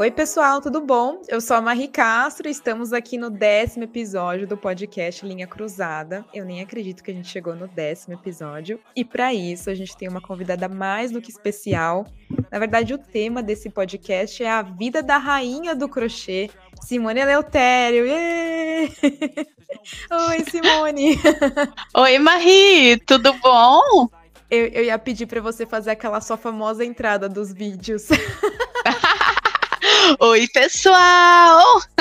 Oi, pessoal, tudo bom? Eu sou a Marie Castro e estamos aqui no 10º episódio do podcast Linha Cruzada. Eu nem acredito que a gente chegou no 10º episódio. E para isso, a gente tem uma convidada mais do que especial. Na verdade, o tema desse podcast é a vida da rainha do crochê, Simone Eleutério. Oi, Simone! Oi, Marie, tudo bom? Eu ia pedir para você fazer aquela sua famosa entrada dos vídeos. Oi, pessoal!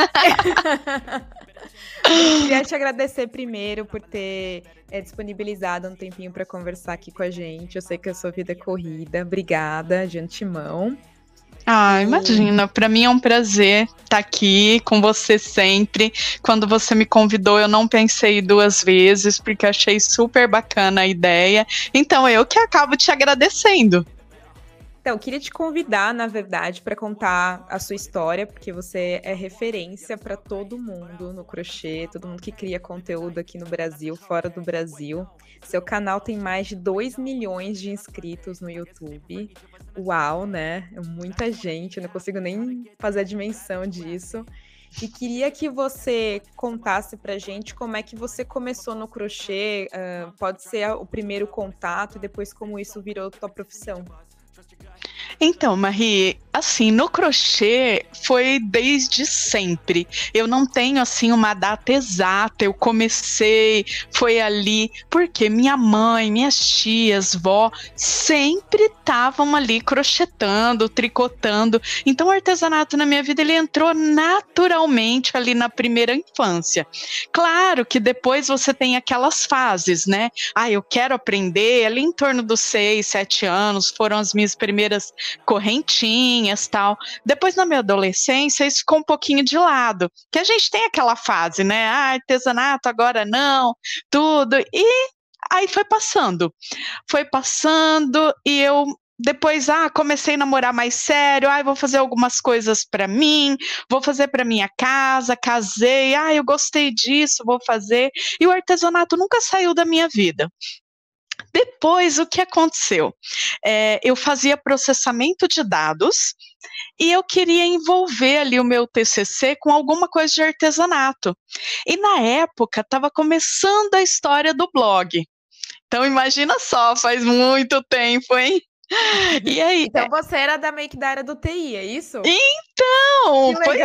Eu queria te agradecer primeiro por ter disponibilizado um tempinho para conversar aqui com a gente. Eu sei que a sua vida é corrida. Obrigada de antemão. Imagina, para mim é um prazer estar aqui com você sempre. Quando você me convidou, eu não pensei duas vezes, porque achei super bacana a ideia. Então, eu que acabo te agradecendo. Então, eu queria te convidar, na verdade, para contar a sua história, porque você é referência para todo mundo no crochê, todo mundo que cria conteúdo aqui no Brasil, fora do Brasil. Seu canal tem mais de 2 milhões de inscritos no YouTube. Uau, né? É muita gente, eu não consigo nem fazer a dimensão disso. E queria que você contasse pra gente como é que você começou no crochê, pode ser o primeiro contato e depois como isso virou tua profissão. Então, Marie, assim, no crochê foi desde sempre. Eu não tenho, assim, uma data exata. Eu comecei, foi ali, porque minha mãe, minhas tias, vó, sempre estavam ali crochetando, tricotando. Então, o artesanato na minha vida, ele entrou naturalmente ali na primeira infância. Claro que depois você tem aquelas fases, né? Eu quero aprender, ali em torno dos 6, 7 anos, foram as minhas primeiras correntinhas, tal. Depois, na minha adolescência, isso ficou um pouquinho de lado, que a gente tem aquela fase, né? Artesanato, agora não, tudo. E aí foi passando e eu depois, comecei a namorar mais sério, vou fazer algumas coisas para mim, vou fazer para minha casa, casei, eu gostei disso, vou fazer. E o artesanato nunca saiu da minha vida. Depois, o que aconteceu? Eu fazia processamento de dados e eu queria envolver ali o meu TCC com alguma coisa de artesanato. E na época, estava começando a história do blog. Então, imagina só, faz muito tempo, hein? E aí, então você era meio que da área do TI, é isso? Então, pois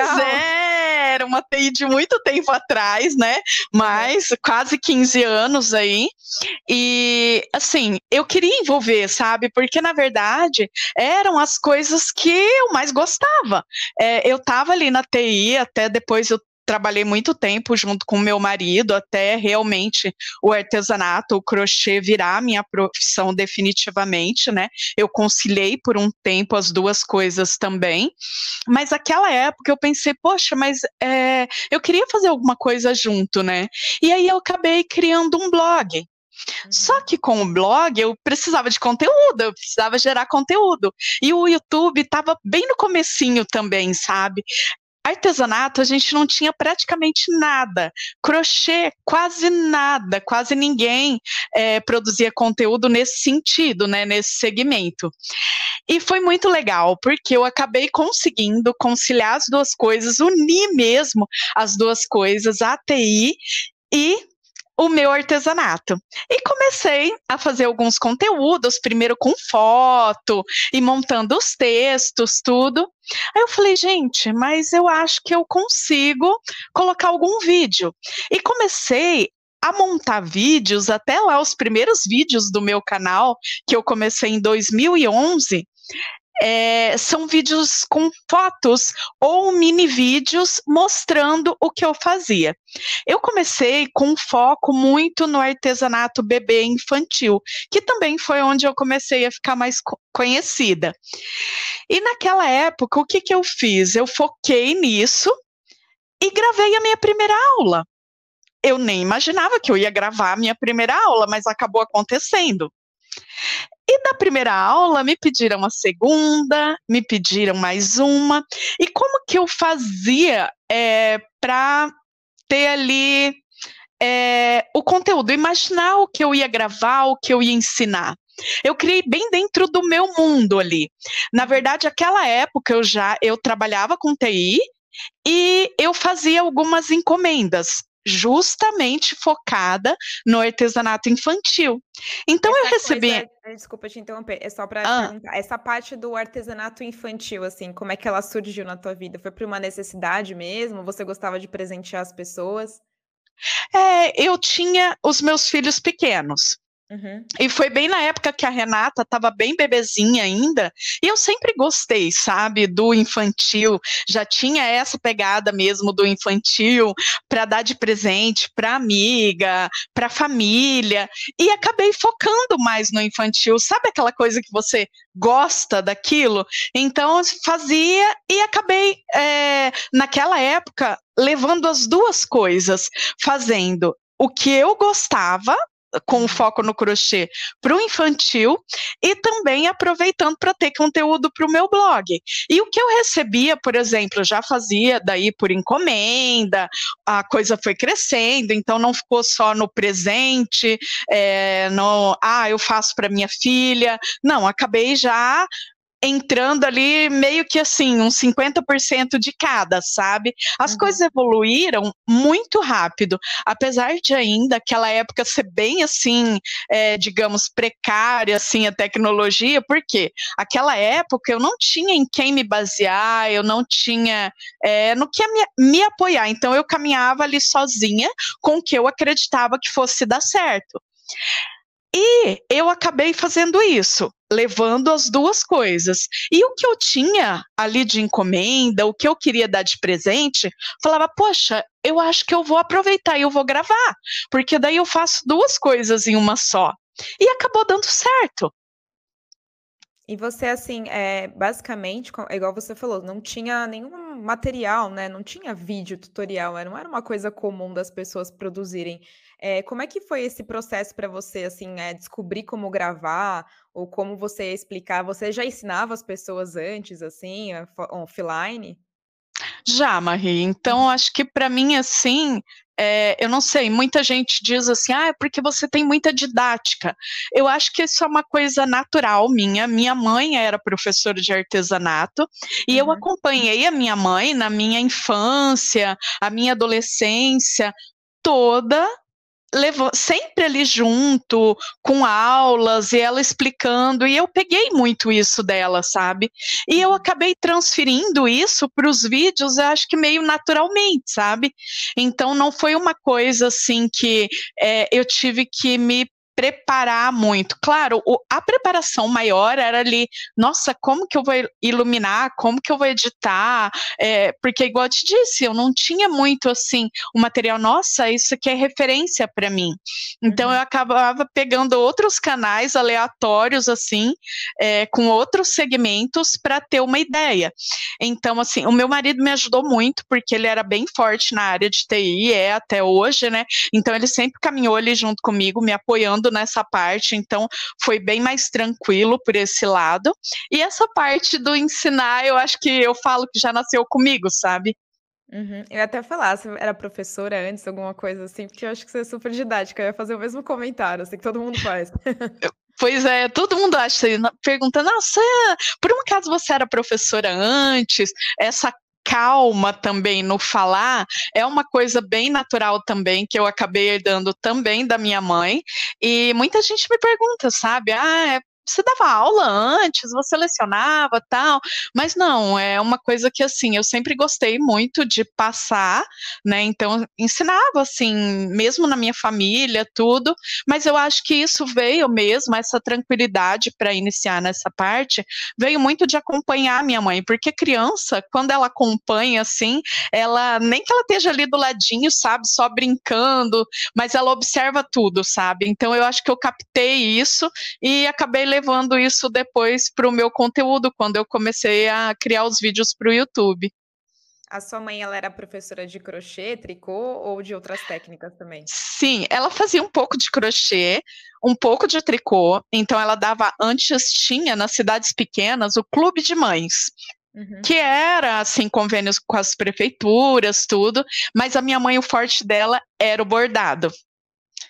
é, era uma TI de muito tempo atrás, né? Mas quase 15 anos aí. E, assim, eu queria envolver, sabe? Porque, na verdade, eram as coisas que eu mais gostava. Eu estava ali na TI, até depois eu trabalhei muito tempo junto com meu marido, até realmente o artesanato, o crochê virar minha profissão definitivamente, né? Eu conciliei por um tempo as duas coisas também, mas naquela época eu pensei, poxa, mas eu queria fazer alguma coisa junto, né? E aí eu acabei criando um blog. Só que com o blog eu precisava de conteúdo, eu precisava gerar conteúdo. E o YouTube estava bem no comecinho também, sabe? Artesanato, a gente não tinha praticamente nada. Crochê, quase nada. Quase ninguém produzia conteúdo nesse sentido, né, nesse segmento. E foi muito legal, porque eu acabei conseguindo conciliar as duas coisas, unir mesmo as duas coisas, a TI e o meu artesanato. E comecei a fazer alguns conteúdos, primeiro com foto e montando os textos, tudo. Aí eu falei, gente, mas eu acho que eu consigo colocar algum vídeo. E comecei a montar vídeos, até lá os primeiros vídeos do meu canal, que eu comecei em 2011, são vídeos com fotos ou mini vídeos mostrando o que eu fazia. Eu comecei com um foco muito no artesanato bebê infantil, que também foi onde eu comecei a ficar mais conhecida. E naquela época, o que eu fiz? Eu foquei nisso e gravei a minha primeira aula. Eu nem imaginava que eu ia gravar a minha primeira aula, mas acabou acontecendo. E da primeira aula, me pediram a segunda, me pediram mais uma. E como que eu fazia para ter ali o conteúdo? Imaginar o que eu ia gravar, o que eu ia ensinar. Eu criei bem dentro do meu mundo ali. Na verdade, aquela época eu trabalhava com TI e eu fazia algumas encomendas, justamente focada no artesanato infantil. Então eu Essa recebi. coisa, desculpa te interromper, é só para Ah, perguntar, essa parte do artesanato infantil, assim, como é que ela surgiu na tua vida? Foi por uma necessidade mesmo? Você gostava de presentear as pessoas? eu tinha os meus filhos pequenos. Uhum. E foi bem na época que a Renata estava bem bebezinha ainda, e eu sempre gostei, sabe, do infantil. Já tinha essa pegada mesmo do infantil para dar de presente para amiga, para família, e acabei focando mais no infantil. Sabe aquela coisa que você gosta daquilo? Então fazia e acabei naquela época levando as duas coisas, fazendo o que eu gostava com foco no crochê para o infantil e também aproveitando para ter conteúdo para o meu blog. E o que eu recebia, por exemplo, já fazia daí por encomenda, a coisa foi crescendo, então não ficou só no presente, eu faço para minha filha, não, acabei já entrando ali meio que assim, uns 50% de cada, sabe? As coisas Uhum. evoluíram muito rápido, apesar de ainda aquela época ser bem assim, digamos, precária, assim, a tecnologia, porque aquela época eu não tinha em quem me basear, eu não tinha no que me apoiar, então eu caminhava ali sozinha com o que eu acreditava que fosse dar certo. E eu acabei fazendo isso, levando as duas coisas. E o que eu tinha ali de encomenda, o que eu queria dar de presente, falava, poxa, eu acho que eu vou aproveitar e eu vou gravar, porque daí eu faço duas coisas em uma só. E acabou dando certo. E você, assim, basicamente, igual você falou, não tinha nenhum material, né? Não tinha vídeo tutorial, não era uma coisa comum das pessoas produzirem. Como é que foi esse processo para você, assim, descobrir como gravar ou como você explicar? Você já ensinava as pessoas antes, assim, offline? Já, Marie. Então, acho que para mim, assim, eu não sei, muita gente diz assim, é porque você tem muita didática. Eu acho que isso é uma coisa natural minha. Minha mãe era professora de artesanato e eu Uhum. acompanhei a minha mãe na minha infância, a minha adolescência toda levou sempre ali junto, com aulas, e ela explicando, e eu peguei muito isso dela, sabe? E eu Uhum. acabei transferindo isso para os vídeos, eu acho que meio naturalmente, sabe? Então não foi uma coisa assim que eu tive que me preparar muito. Claro, a preparação maior era ali, nossa, como que eu vou iluminar, como que eu vou editar, porque igual eu te disse, eu não tinha muito assim o material, nossa, isso aqui é referência para mim. Então eu Uhum. acabava pegando outros canais aleatórios, assim, com outros segmentos para ter uma ideia. Então, assim, o meu marido me ajudou muito, porque ele era bem forte na área de TI, até hoje, né? Então ele sempre caminhou ali junto comigo, me apoiando nessa parte, então foi bem mais tranquilo por esse lado. E essa parte do ensinar, eu acho que eu falo que já nasceu comigo, sabe? Uhum. Eu ia até falar, você era professora antes, alguma coisa assim, porque eu acho que você é super didática. Eu ia fazer o mesmo comentário, assim, que todo mundo faz. Pois é, todo mundo acha, pergunta, nossa, por um acaso você era professora antes? Essa calma também no falar é uma coisa bem natural também, que eu acabei herdando também da minha mãe, e muita gente me pergunta, sabe, você dava aula antes, você lecionava, tal, mas não, é uma coisa que, assim, eu sempre gostei muito de passar, né, então ensinava, assim, mesmo na minha família, tudo, mas eu acho que isso veio mesmo, essa tranquilidade para iniciar nessa parte, veio muito de acompanhar a minha mãe, porque criança, quando ela acompanha, assim, ela, nem que ela esteja ali do ladinho, sabe, só brincando, mas ela observa tudo, sabe, então eu acho que eu captei isso e acabei levando isso depois para o meu conteúdo, quando eu comecei a criar os vídeos para o YouTube. A sua mãe, ela era professora de crochê, tricô ou de outras técnicas também? Sim, ela fazia um pouco de crochê, um pouco de tricô, então ela dava, antes tinha nas cidades pequenas o clube de mães, Uhum. que era assim, convênios com as prefeituras, tudo, mas a minha mãe, o forte dela era o bordado.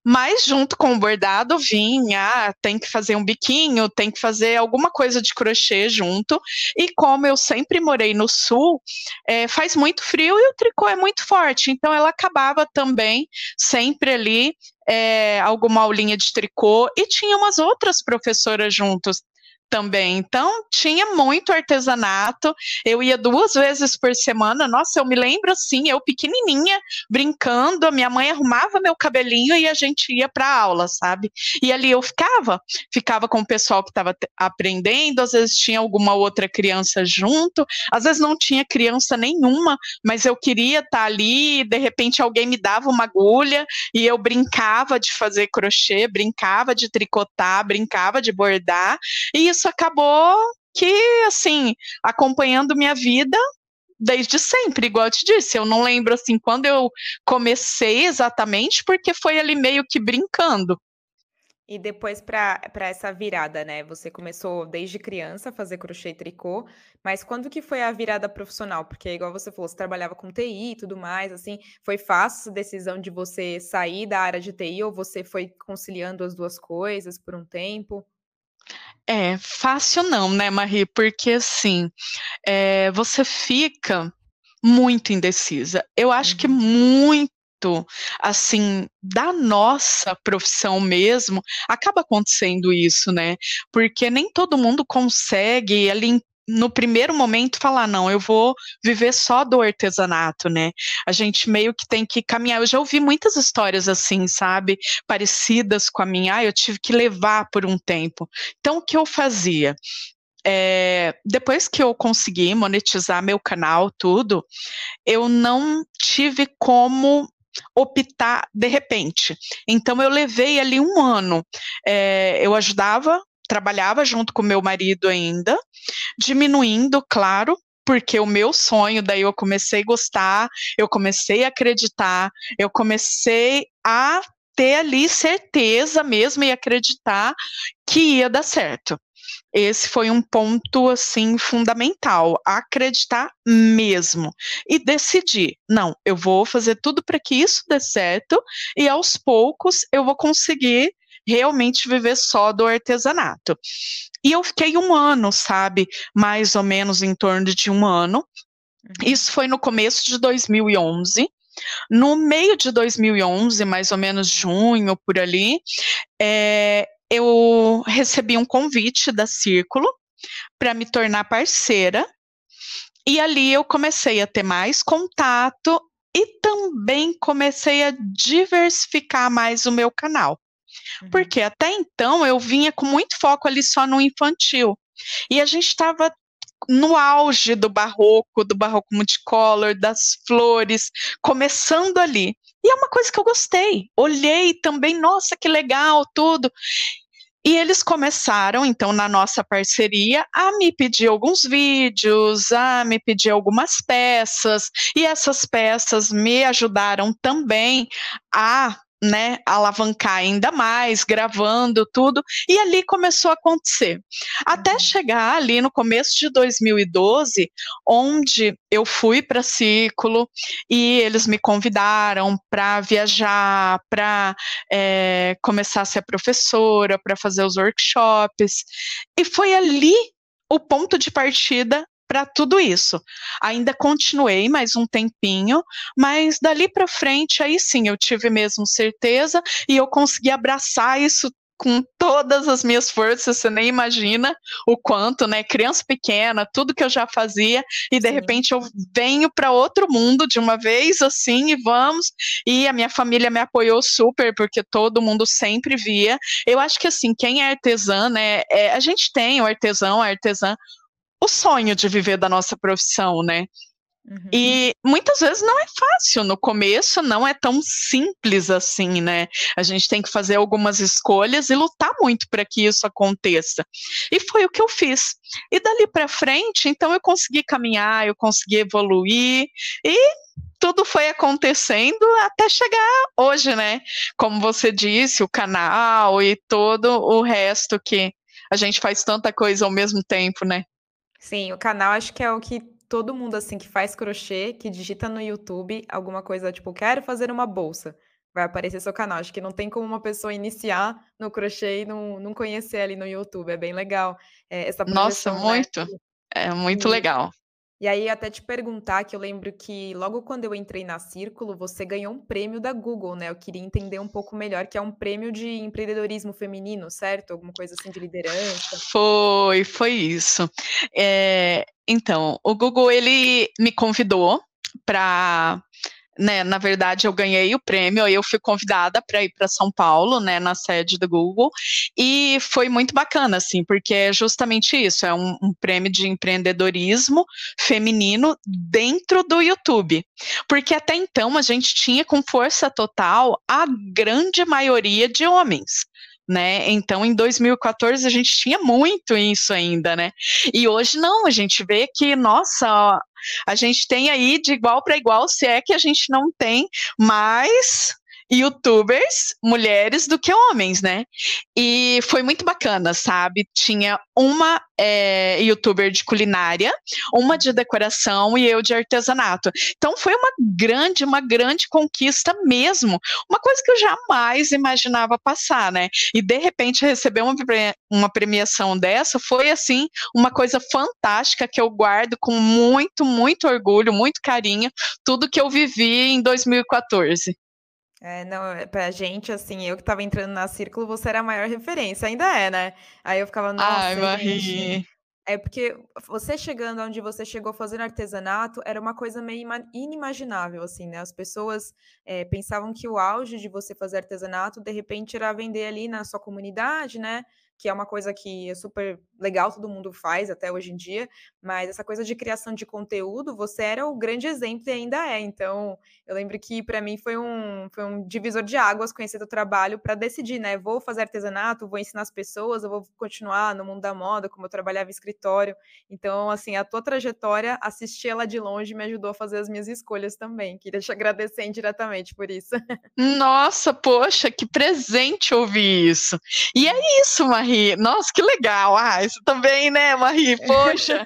Mas junto com o bordado vinha, tem que fazer um biquinho, tem que fazer alguma coisa de crochê junto. E como eu sempre morei no sul, faz muito frio e o tricô é muito forte. Então ela acabava também sempre ali alguma aulinha de tricô e tinha umas outras professoras juntos também. Então, tinha muito artesanato. Eu ia 2 vezes por semana. Nossa, eu me lembro assim, eu pequenininha, brincando, a minha mãe arrumava meu cabelinho e a gente ia para aula, sabe? E ali eu ficava com o pessoal que estava aprendendo, às vezes tinha alguma outra criança junto, às vezes não tinha criança nenhuma, mas eu queria estar ali, de repente alguém me dava uma agulha e eu brincava de fazer crochê, brincava de tricotar, brincava de bordar, e isso acabou que, assim, acompanhando minha vida desde sempre, igual eu te disse. Eu não lembro, assim, quando eu comecei exatamente, porque foi ali meio que brincando. E depois para essa virada, né, você começou desde criança a fazer crochê e tricô, mas quando que foi a virada profissional? Porque igual você falou, você trabalhava com TI e tudo mais, assim, foi fácil essa decisão de você sair da área de TI ou você foi conciliando as 2 coisas por um tempo? É, fácil não, né, Marie? Porque, assim, você fica muito indecisa. Eu acho que Uhum. muito, assim, da nossa profissão mesmo, acaba acontecendo isso, né? Porque nem todo mundo consegue ali no primeiro momento falar, não, eu vou viver só do artesanato, né? A gente meio que tem que caminhar. Eu já ouvi muitas histórias assim, sabe? Parecidas com a minha. Eu tive que levar por um tempo. Então, o que eu fazia? Depois que eu consegui monetizar meu canal, tudo, eu não tive como optar de repente. Então eu levei ali um ano. Eu trabalhava junto com meu marido ainda, diminuindo, claro, porque o meu sonho, daí eu comecei a gostar, eu comecei a acreditar, eu comecei a ter ali certeza mesmo e acreditar que ia dar certo. Esse foi um ponto, assim, fundamental, acreditar mesmo e decidir, não, eu vou fazer tudo para que isso dê certo e aos poucos eu vou conseguir realmente viver só do artesanato. E eu fiquei um ano, sabe, mais ou menos em torno de um ano. Uhum. Isso foi no começo de 2011. No meio de 2011, mais ou menos junho, por ali, eu recebi um convite da Círculo para me tornar parceira, e ali eu comecei a ter mais contato e também comecei a diversificar mais o meu canal, Uhum. porque até então eu vinha com muito foco ali só no infantil, e a gente estava no auge do barroco multicolor, das flores, começando ali. E é uma coisa que eu gostei. Olhei também, nossa, que legal, tudo. E eles começaram, então, na nossa parceria, a me pedir alguns vídeos, a me pedir algumas peças, e essas peças me ajudaram também a, né, alavancar ainda mais, gravando tudo, e ali começou a acontecer. Até Uhum. chegar ali no começo de 2012, onde eu fui para Círculo e eles me convidaram para viajar, para começar a ser professora, para fazer os workshops. E foi ali o ponto de partida para tudo isso. Ainda continuei mais um tempinho, mas dali para frente, aí sim, eu tive mesmo certeza e eu consegui abraçar isso com todas as minhas forças, você nem imagina o quanto, né? Criança pequena, tudo que eu já fazia, e de Sim. repente eu venho para outro mundo de uma vez, assim, e vamos. E a minha família me apoiou super, porque todo mundo sempre via. Eu acho que, assim, quem é artesã, né? A gente tem o artesão, a artesã, o sonho de viver da nossa profissão, né? Uhum. E muitas vezes não é fácil, no começo não é tão simples assim, né? A gente tem que fazer algumas escolhas e lutar muito para que isso aconteça. E foi o que eu fiz. E dali para frente, então eu consegui caminhar, eu consegui evoluir e tudo foi acontecendo até chegar hoje, né? Como você disse, o canal e todo o resto que a gente faz tanta coisa ao mesmo tempo, né? Sim, o canal acho que é o que todo mundo, assim, que faz crochê, que digita no YouTube alguma coisa tipo: "Quero fazer uma bolsa". vai aparecer seu canal. Acho que não tem como uma pessoa iniciar no crochê e não conhecer ali no YouTube, é bem legal, essa Nossa, projeção, né. muito. É muito E legal. e aí até te perguntar que eu lembro que logo quando eu entrei na Círculo, você ganhou um prêmio da Google, né, eu queria entender um pouco melhor, que é um prêmio de empreendedorismo feminino, certo? Alguma coisa assim de liderança? Foi isso. Então, o Google ele me convidou para, né, na verdade eu ganhei o prêmio, aí eu fui convidada para ir para São Paulo, né, na sede do Google, e foi muito bacana, assim, porque é justamente isso, é um prêmio de empreendedorismo feminino dentro do YouTube, porque até então a gente tinha com força total a grande maioria de homens, né? Então, em 2014 a gente tinha muito isso ainda, né? E hoje não, a gente vê que, nossa, a gente tem aí de igual para igual, se é que a gente não tem mais YouTubers, mulheres, do que homens, né? E foi muito bacana, sabe? Tinha uma YouTuber de culinária, uma de decoração e eu de artesanato. Então foi uma grande conquista mesmo. Uma coisa que eu jamais imaginava passar, né? E de repente receber uma premiação dessa foi assim uma coisa fantástica que eu guardo com muito, muito orgulho, muito carinho, tudo que eu vivi em 2014. Não, pra gente, assim, eu que estava entrando na Círculo, você era a maior referência, ainda é, né. Aí eu ficava: Ai, "Nossa, gente". Marie. É porque você chegando onde você chegou fazendo artesanato, era uma coisa meio inimaginável, assim, né, as pessoas, pensavam que o auge de você fazer artesanato, de repente, era vender ali na sua comunidade, né, que é uma coisa que é super legal, todo mundo faz até hoje em dia, mas essa coisa de criação de conteúdo, você era o grande exemplo e ainda é. Então, eu lembro que para mim foi um divisor de águas conhecer teu trabalho para decidir, né, vou fazer artesanato, vou ensinar as pessoas, eu vou continuar no mundo da moda, como eu trabalhava em escritório. Então, assim, a tua trajetória, assistir ela de longe me ajudou a fazer as minhas escolhas também. Queria te agradecer indiretamente por isso. Nossa, poxa, que presente ouvir isso. E é isso, Marie. Nossa, que legal. Ah, isso também, né, Marie? Poxa.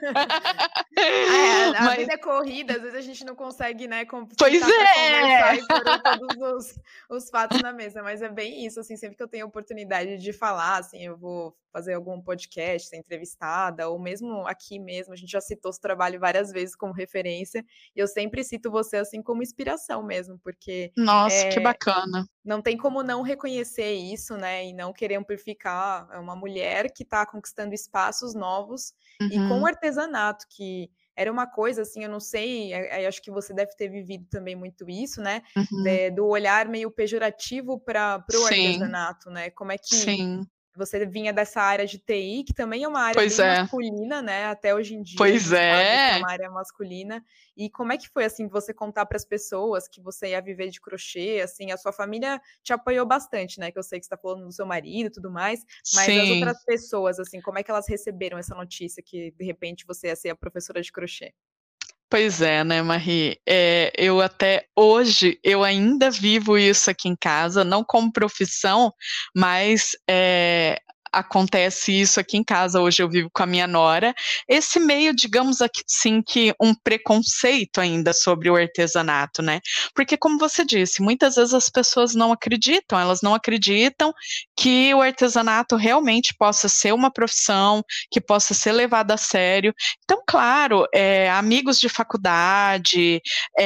A Mas, vida é corrida, às vezes a gente não consegue, né, pois sentar para conversar é. e pôr todos os fatos na mesa, mas é bem isso, assim, sempre que eu tenho oportunidade de falar, assim, eu vou fazer algum podcast, ser entrevistada, ou mesmo aqui mesmo, a gente já citou seu trabalho várias vezes como referência, e eu sempre cito você, assim, como inspiração mesmo, porque, Nossa, que eh, bacana. não tem como não reconhecer isso, né, e não querer amplificar. É uma mulher que está conquistando espaços novos e com o Uhum, artesanato, que era uma coisa, assim, eu não sei, acho que você deve ter vivido também muito isso, né, uhum. do olhar meio pejorativo para o Sim, artesanato, né. Como é que sim. você vinha dessa área de TI, que também é uma área Pois bem é. masculina, né, até hoje em dia a Pois gente sabe que é é. uma área masculina. E como é que foi, assim, você contar para as pessoas que você ia viver de crochê, assim, a sua família te apoiou bastante, né, que eu sei que você está falando do seu marido e tudo mais, mas as Sim. outras pessoas, assim, como é que elas receberam essa notícia que, de repente, você ia ser a professora de crochê? Pois é, né, Marie? Eu até hoje, eu ainda vivo isso aqui em casa, não como profissão, mas acontece isso aqui em casa. Hoje eu vivo com a minha nora. Esse meio, digamos assim, que um preconceito ainda sobre o artesanato, né? Porque, como você disse, muitas vezes as pessoas não acreditam, elas não acreditam que o artesanato realmente possa ser uma profissão, que possa ser levado a sério. Então, claro, amigos de faculdade,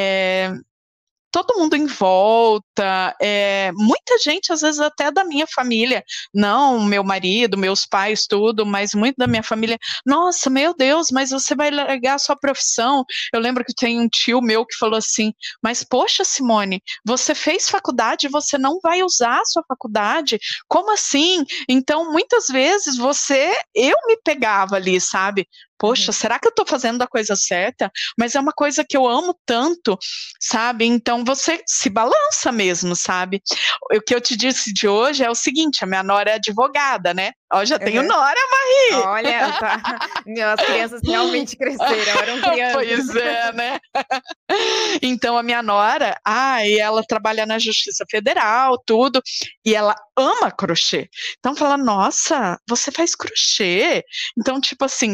todo mundo em volta, muita gente, às vezes até da minha família, não meu marido, meus pais, tudo, mas muito da minha família, nossa, meu Deus, mas você vai largar a sua profissão. Eu lembro que tem um tio meu que falou assim, mas poxa, Simone, você fez faculdade e você não vai usar a sua faculdade? Como assim? Então, muitas vezes eu me pegava ali, sabe? Poxa, Uhum, será que eu estou fazendo a coisa certa? Mas é uma coisa que eu amo tanto, sabe? Então você se balança mesmo, sabe? O que eu te disse de hoje é o seguinte: a minha nora é advogada, né? Ó, já tenho aham. nora, Marie! Olha, tá. As crianças realmente cresceram, eram crianças. Pois é, né? Então a minha nora, e ela trabalha na Justiça Federal, tudo, e ela ama crochê. Então fala, nossa, você faz crochê? Então, tipo assim,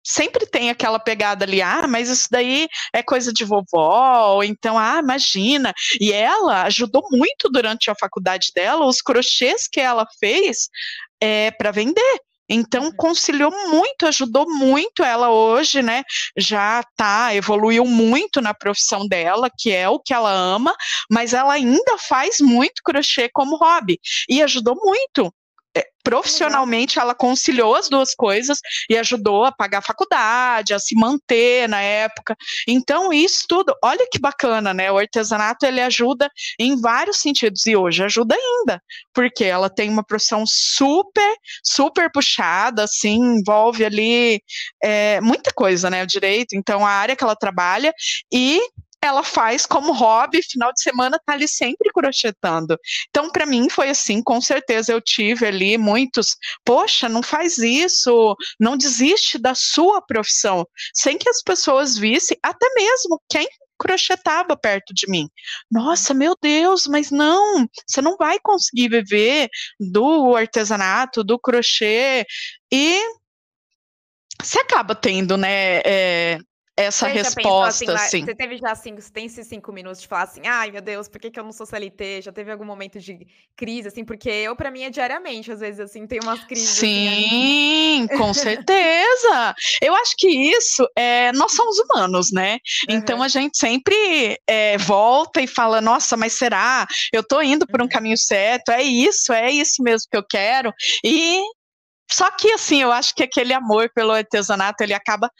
sempre tem aquela pegada ali, mas isso daí é coisa de vovó, ou então, imagina. E ela ajudou muito durante a faculdade dela, os crochês que ela fez para vender. Então, conciliou muito, ajudou muito ela hoje, né? Já evoluiu muito na profissão dela, que é o que ela ama, mas ela ainda faz muito crochê como hobby. E ajudou muito. Profissionalmente, ela conciliou as duas coisas e ajudou a pagar a faculdade, a se manter na época. Então, isso tudo, olha que bacana, né? O artesanato, ele ajuda em vários sentidos, e hoje ajuda ainda, porque ela tem uma profissão super, super puxada, assim, envolve ali muita coisa, né? O direito, então, a área que ela trabalha, e ela faz como hobby, final de semana tá ali sempre crochetando. Então, para mim foi assim, com certeza eu tive ali muitos, poxa, não faz isso, não desiste da sua profissão, sem que as pessoas vissem, até mesmo quem crochetava perto de mim. Nossa, meu Deus, mas não, você não vai conseguir viver do artesanato, do crochê, e você acaba tendo, né, essa Você já pensou resposta, assim. Você teve já você tem esses 5 minutos de falar assim: "Ai, meu Deus, por que eu não sou CLT?" Já teve algum momento de crise, assim? Porque pra mim é diariamente, às vezes, assim, tem umas crises, assim. Sim, com certeza. Eu acho que isso, nós somos humanos, né? Então a gente sempre volta e fala, nossa, mas será? Eu tô indo por um caminho certo? É isso mesmo que eu quero? E só que, assim, eu acho que aquele amor pelo artesanato, ele acaba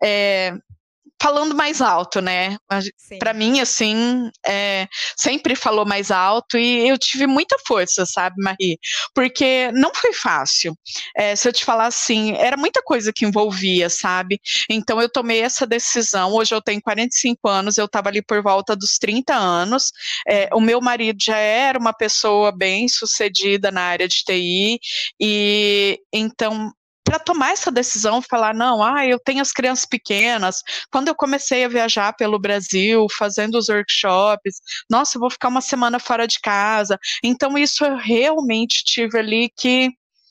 falando mais alto, né? Para mim, assim, sempre falou mais alto, e eu tive muita força, sabe, Marie? Porque não foi fácil. Se eu te falar assim, era muita coisa que envolvia, sabe? Então eu tomei essa decisão. Hoje eu tenho 45 anos, eu estava ali por volta dos 30 anos. O meu marido já era uma pessoa bem sucedida na área de TI, e então, para tomar essa decisão, falar, não, eu tenho as crianças pequenas, quando eu comecei a viajar pelo Brasil, fazendo os workshops, nossa, eu vou ficar uma semana fora de casa, então isso eu realmente tive ali que,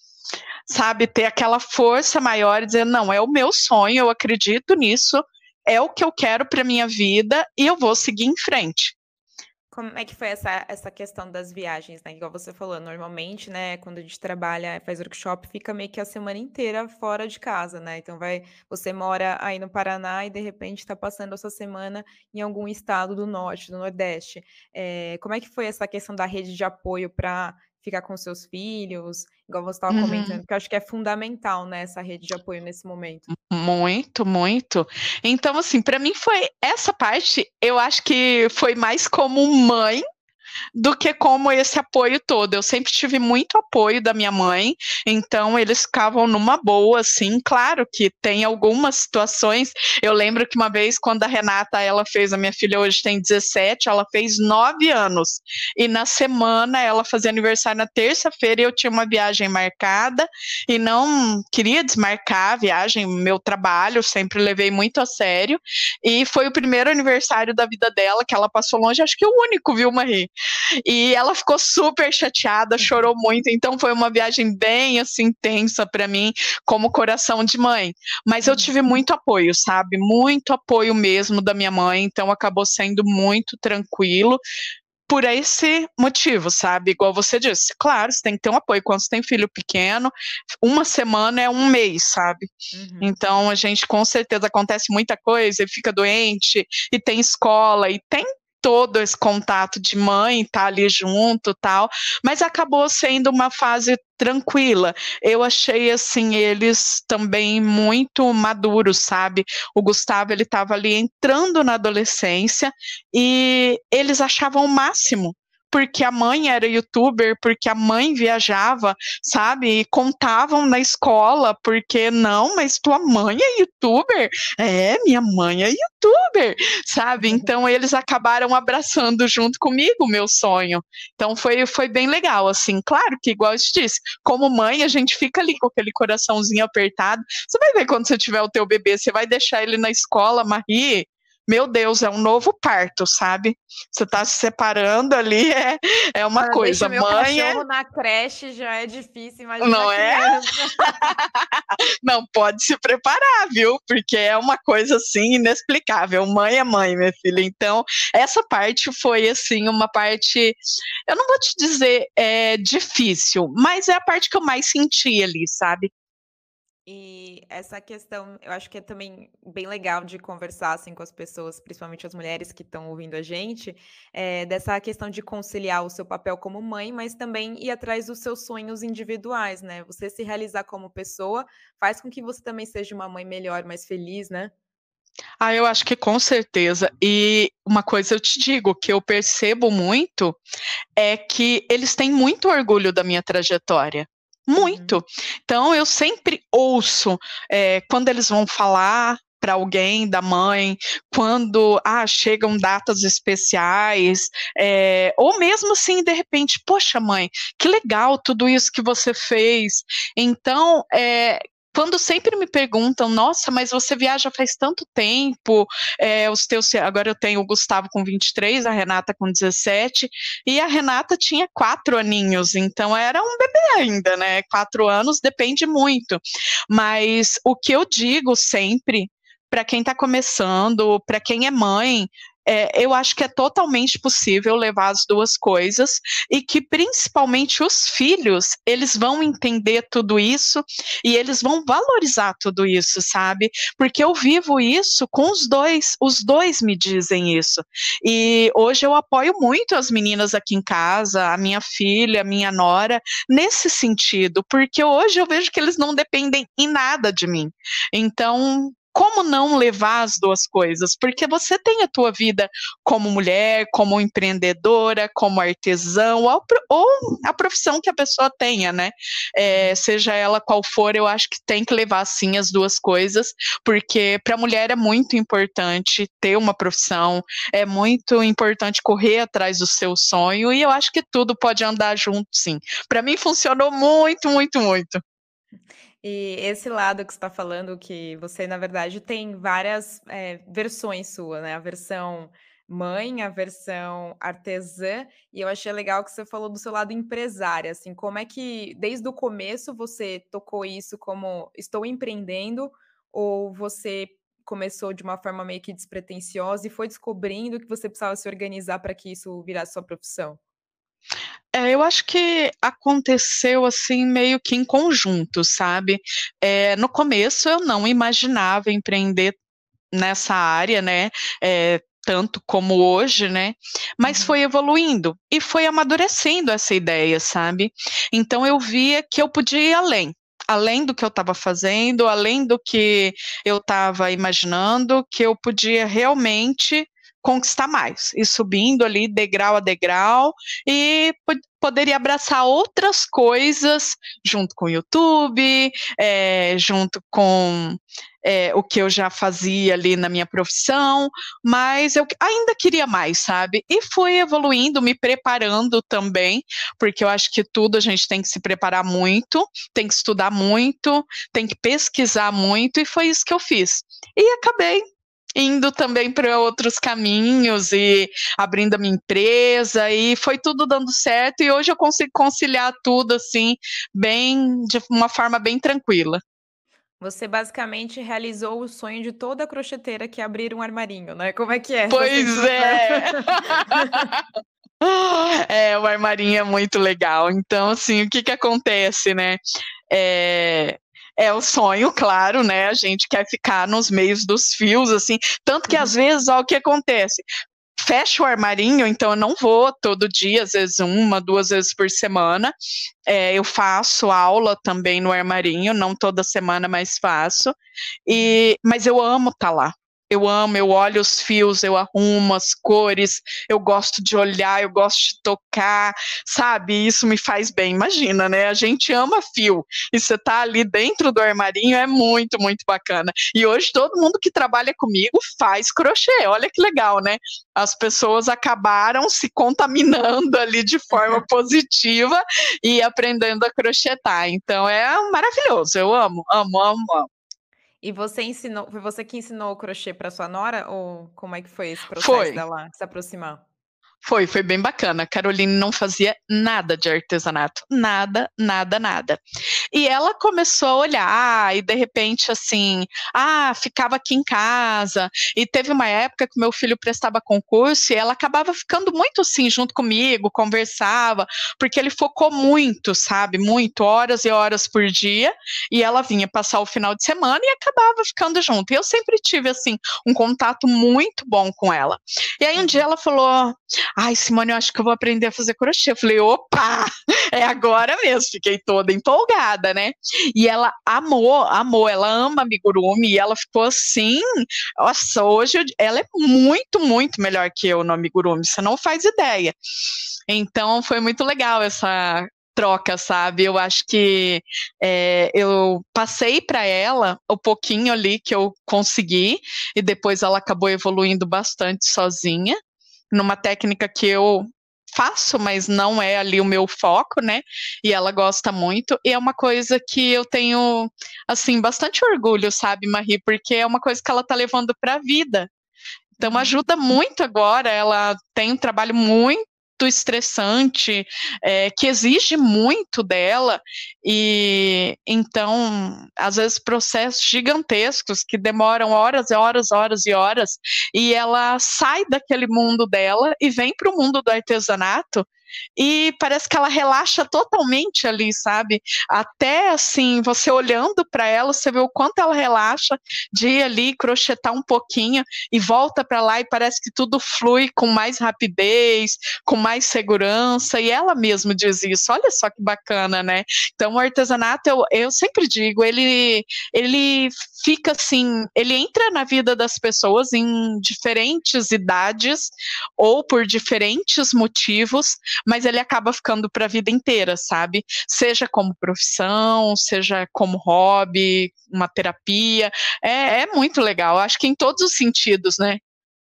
sabe, ter aquela força maior e dizer, não, é o meu sonho, eu acredito nisso, é o que eu quero para minha vida e eu vou seguir em frente. Como é que foi essa questão das viagens, né? Igual você falou, normalmente, né, quando a gente trabalha, faz workshop, fica meio que a semana inteira fora de casa, né? Então você mora aí no Paraná e de repente está passando essa semana em algum estado do norte, do nordeste. Como é que foi essa questão da rede de apoio para ficar com seus filhos, igual você estava comentando, porque eu acho que é fundamental, né, essa rede de apoio nesse momento. Muito, muito. Então, assim, para mim foi essa parte, eu acho que foi mais como mãe do que como esse apoio todo. Eu sempre tive muito apoio da minha mãe, então eles ficavam numa boa, assim. Claro que tem algumas situações. Eu lembro que uma vez, quando a Renata, ela fez, a minha filha hoje tem 17, ela fez 9 anos, e na semana ela fazia aniversário na terça-feira e eu tinha uma viagem marcada e não queria desmarcar a viagem, meu trabalho, sempre levei muito a sério, e foi o primeiro aniversário da vida dela, que ela passou longe, acho que o único, viu, Marie? E ela ficou super chateada, chorou muito, então foi uma viagem bem, assim, tensa para mim, como coração de mãe. Mas eu tive muito apoio, sabe? Muito apoio mesmo da minha mãe, então acabou sendo muito tranquilo por esse motivo, sabe? Igual você disse, claro, você tem que ter um apoio. Quando você tem filho pequeno, uma semana é um mês, sabe? Então, a gente, com certeza, acontece muita coisa, e fica doente, e tem escola, e tem todo esse contato de mãe, tá ali junto, tal, mas acabou sendo uma fase tranquila. Eu achei, assim, eles também muito maduros, sabe? O Gustavo, ele estava ali entrando na adolescência e eles achavam o máximo, porque a mãe era youtuber, porque a mãe viajava, sabe? E contavam na escola, porque não, mas tua mãe é youtuber? Minha mãe é youtuber, sabe? Então eles acabaram abraçando junto comigo o meu sonho. Então foi bem legal, assim. Claro que, igual eu te disse, como mãe, a gente fica ali com aquele coraçãozinho apertado. Você vai ver quando você tiver o teu bebê, você vai deixar ele na escola, Marie, meu Deus, é um novo parto, sabe? Você tá se separando ali, é uma coisa. Deixa meu cachorro na creche já é difícil, imagina não a criança. não, pode se preparar, viu? Porque é uma coisa assim inexplicável. Mãe é mãe, minha filha. Então, essa parte foi assim uma parte, eu não vou te dizer difícil, mas é a parte que eu mais senti ali, sabe? E essa questão, eu acho que é também bem legal de conversar, assim, com as pessoas, principalmente as mulheres que estão ouvindo a gente, dessa questão de conciliar o seu papel como mãe, mas também ir atrás dos seus sonhos individuais, né? Você se realizar como pessoa faz com que você também seja uma mãe melhor, mais feliz, né? Ah, eu acho que com certeza. E uma coisa eu te digo, que eu percebo muito é que eles têm muito orgulho da minha trajetória. Uhum. Muito. Então, eu sempre ouço quando eles vão falar para alguém da mãe, quando chegam datas especiais, ou mesmo assim, de repente, poxa, mãe, que legal tudo isso que você fez. Então, quando sempre me perguntam, nossa, mas você viaja faz tanto tempo, agora eu tenho o Gustavo com 23, a Renata com 17, e a Renata tinha 4 aninhos, então era um bebê ainda, né? 4 anos depende muito. Mas o que eu digo sempre, para quem está começando, para quem é mãe, eu acho que é totalmente possível levar as duas coisas e que principalmente os filhos, eles vão entender tudo isso e eles vão valorizar tudo isso, sabe? Porque eu vivo isso com os dois me dizem isso. E hoje eu apoio muito as meninas aqui em casa, a minha filha, a minha nora, nesse sentido, porque hoje eu vejo que eles não dependem em nada de mim. Então, como não levar as duas coisas? Porque você tem a tua vida como mulher, como empreendedora, como artesão, ou a profissão que a pessoa tenha, né? Seja ela qual for, eu acho que tem que levar sim as duas coisas, porque para a mulher é muito importante ter uma profissão, é muito importante correr atrás do seu sonho, e eu acho que tudo pode andar junto, sim. Para mim funcionou muito, muito, muito. E esse lado que você está falando, que você, na verdade, tem várias, versões sua, né, a versão mãe, a versão artesã, e eu achei legal que você falou do seu lado empresária, assim, como é que desde o começo você tocou isso como estou empreendendo, ou você começou de uma forma meio que despretensiosa e foi descobrindo que você precisava se organizar para que isso virasse sua profissão? Eu acho que aconteceu assim meio que em conjunto, sabe? No começo eu não imaginava empreender nessa área, né? Tanto como hoje, né? Mas Uhum. foi evoluindo e foi amadurecendo essa ideia, sabe? Então eu via que eu podia ir além. Além do que eu estava fazendo, além do que eu estava imaginando, que eu podia realmente conquistar mais, e subindo ali degrau a degrau, e poderia abraçar outras coisas junto com o YouTube, junto com o que eu já fazia ali na minha profissão, mas eu ainda queria mais, sabe? E fui evoluindo, me preparando também, porque eu acho que tudo a gente tem que se preparar muito, tem que estudar muito, tem que pesquisar muito, e foi isso que eu fiz. E acabei indo também para outros caminhos e abrindo a minha empresa, e foi tudo dando certo, e hoje eu consigo conciliar tudo assim, bem, de uma forma bem tranquila. Você basicamente realizou o sonho de toda crocheteira que é abrir um armarinho, né, como é que é essa Pois sensação? é. O armarinho é muito legal. Então, assim, o que que acontece, né? É, é o sonho, claro, né? A gente quer ficar nos meios dos fios, assim. Tanto que às Uhum. vezes, ó, o que acontece? Fecho o armarinho, então eu não vou todo dia, às vezes 1, 2 vezes por semana. Eu faço aula também no armarinho, não toda semana, mas faço. Uhum. Mas eu amo estar lá. Eu amo, eu olho os fios, eu arrumo as cores, eu gosto de olhar, eu gosto de tocar, sabe? Isso me faz bem. Imagina, né? A gente ama fio e você tá ali dentro do armarinho, é muito, muito bacana. E hoje todo mundo que trabalha comigo faz crochê, olha que legal, né? As pessoas acabaram se contaminando ali de forma positiva e aprendendo a crochetar. Então é maravilhoso, eu amo, amo, amo, amo. E você ensinou foi você que ensinou o crochê para sua nora ou como é que foi esse processo Foi. dela se aproximar? Foi bem bacana. A Caroline não fazia nada de artesanato, nada, nada, nada. E ela começou a olhar e de repente assim, ficava aqui em casa. E teve uma época que meu filho prestava concurso e ela acabava ficando muito assim junto comigo, conversava, porque ele focou muito, sabe? Muito, horas e horas por dia. E ela vinha passar o final de semana e acabava ficando junto. E eu sempre tive assim um contato muito bom com ela. E aí um dia ela falou: ai, Simone, eu acho que eu vou aprender a fazer crochê. Eu falei, opa, é agora mesmo. Fiquei toda empolgada, né? E ela amou, ela ama amigurumi, e ela ficou assim, nossa, hoje ela é muito, muito melhor que eu no amigurumi, você não faz ideia. Então foi muito legal essa troca, sabe? Eu acho que eu passei para ela o pouquinho ali que eu consegui, e depois ela acabou evoluindo bastante sozinha, numa técnica que eu faço, mas não é ali o meu foco, né? E ela gosta muito, e é uma coisa que eu tenho, assim, bastante orgulho, sabe, Marie? Porque é uma coisa que ela tá levando para a vida. Então ajuda muito agora, ela tem um trabalho muito estressante, que exige muito dela, e então, às vezes, processos gigantescos que demoram horas e horas, horas e horas, e ela sai daquele mundo dela e vem para o mundo do artesanato, e parece que ela relaxa totalmente ali, sabe? Até assim, você olhando para ela, você vê o quanto ela relaxa de ir ali crochetar um pouquinho e volta para lá e parece que tudo flui com mais rapidez, com mais segurança, e ela mesma diz isso. Olha só que bacana, né? Então o artesanato, eu sempre digo, ele fica assim, ele entra na vida das pessoas em diferentes idades ou por diferentes motivos, mas ele acaba ficando para a vida inteira, sabe? Seja como profissão, seja como hobby, uma terapia, é muito legal, acho que em todos os sentidos, né?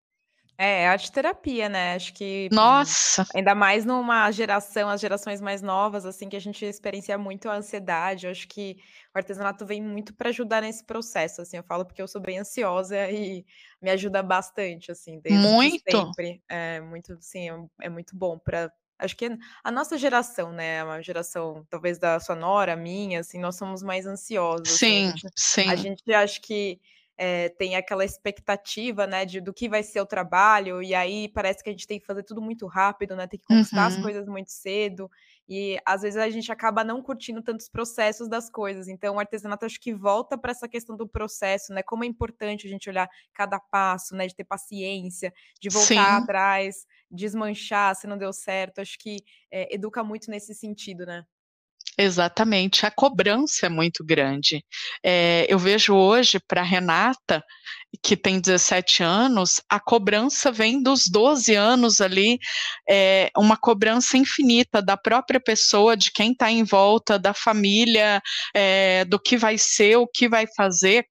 É arte terapia, né, acho que, Nossa, ainda mais numa geração, as gerações mais novas, assim, que a gente experiencia muito a ansiedade, eu acho que o artesanato vem muito para ajudar nesse processo, assim, eu falo porque eu sou bem ansiosa e me ajuda bastante, assim, desde muito, sempre. É muito, sim, é muito bom para, acho que a nossa geração, né, uma geração talvez da sua nora, minha, assim, nós somos mais ansiosos, assim, sim, a sim, gente acho que tem aquela expectativa, né, do que vai ser o trabalho, e aí parece que a gente tem que fazer tudo muito rápido, né, tem que conquistar as uhum, coisas muito cedo, e às vezes a gente acaba não curtindo tantos processos das coisas. Então o artesanato acho que volta para essa questão do processo, né, como é importante a gente olhar cada passo, né, de ter paciência, de voltar sim. atrás, desmanchar se não deu certo, acho que, educa muito nesse sentido, né. Exatamente, a cobrança é muito grande. Eu vejo hoje para Renata, que tem 17 anos, a cobrança vem dos 12 anos ali, uma cobrança infinita da própria pessoa, de quem está em volta, da família, do que vai ser, o que vai fazer,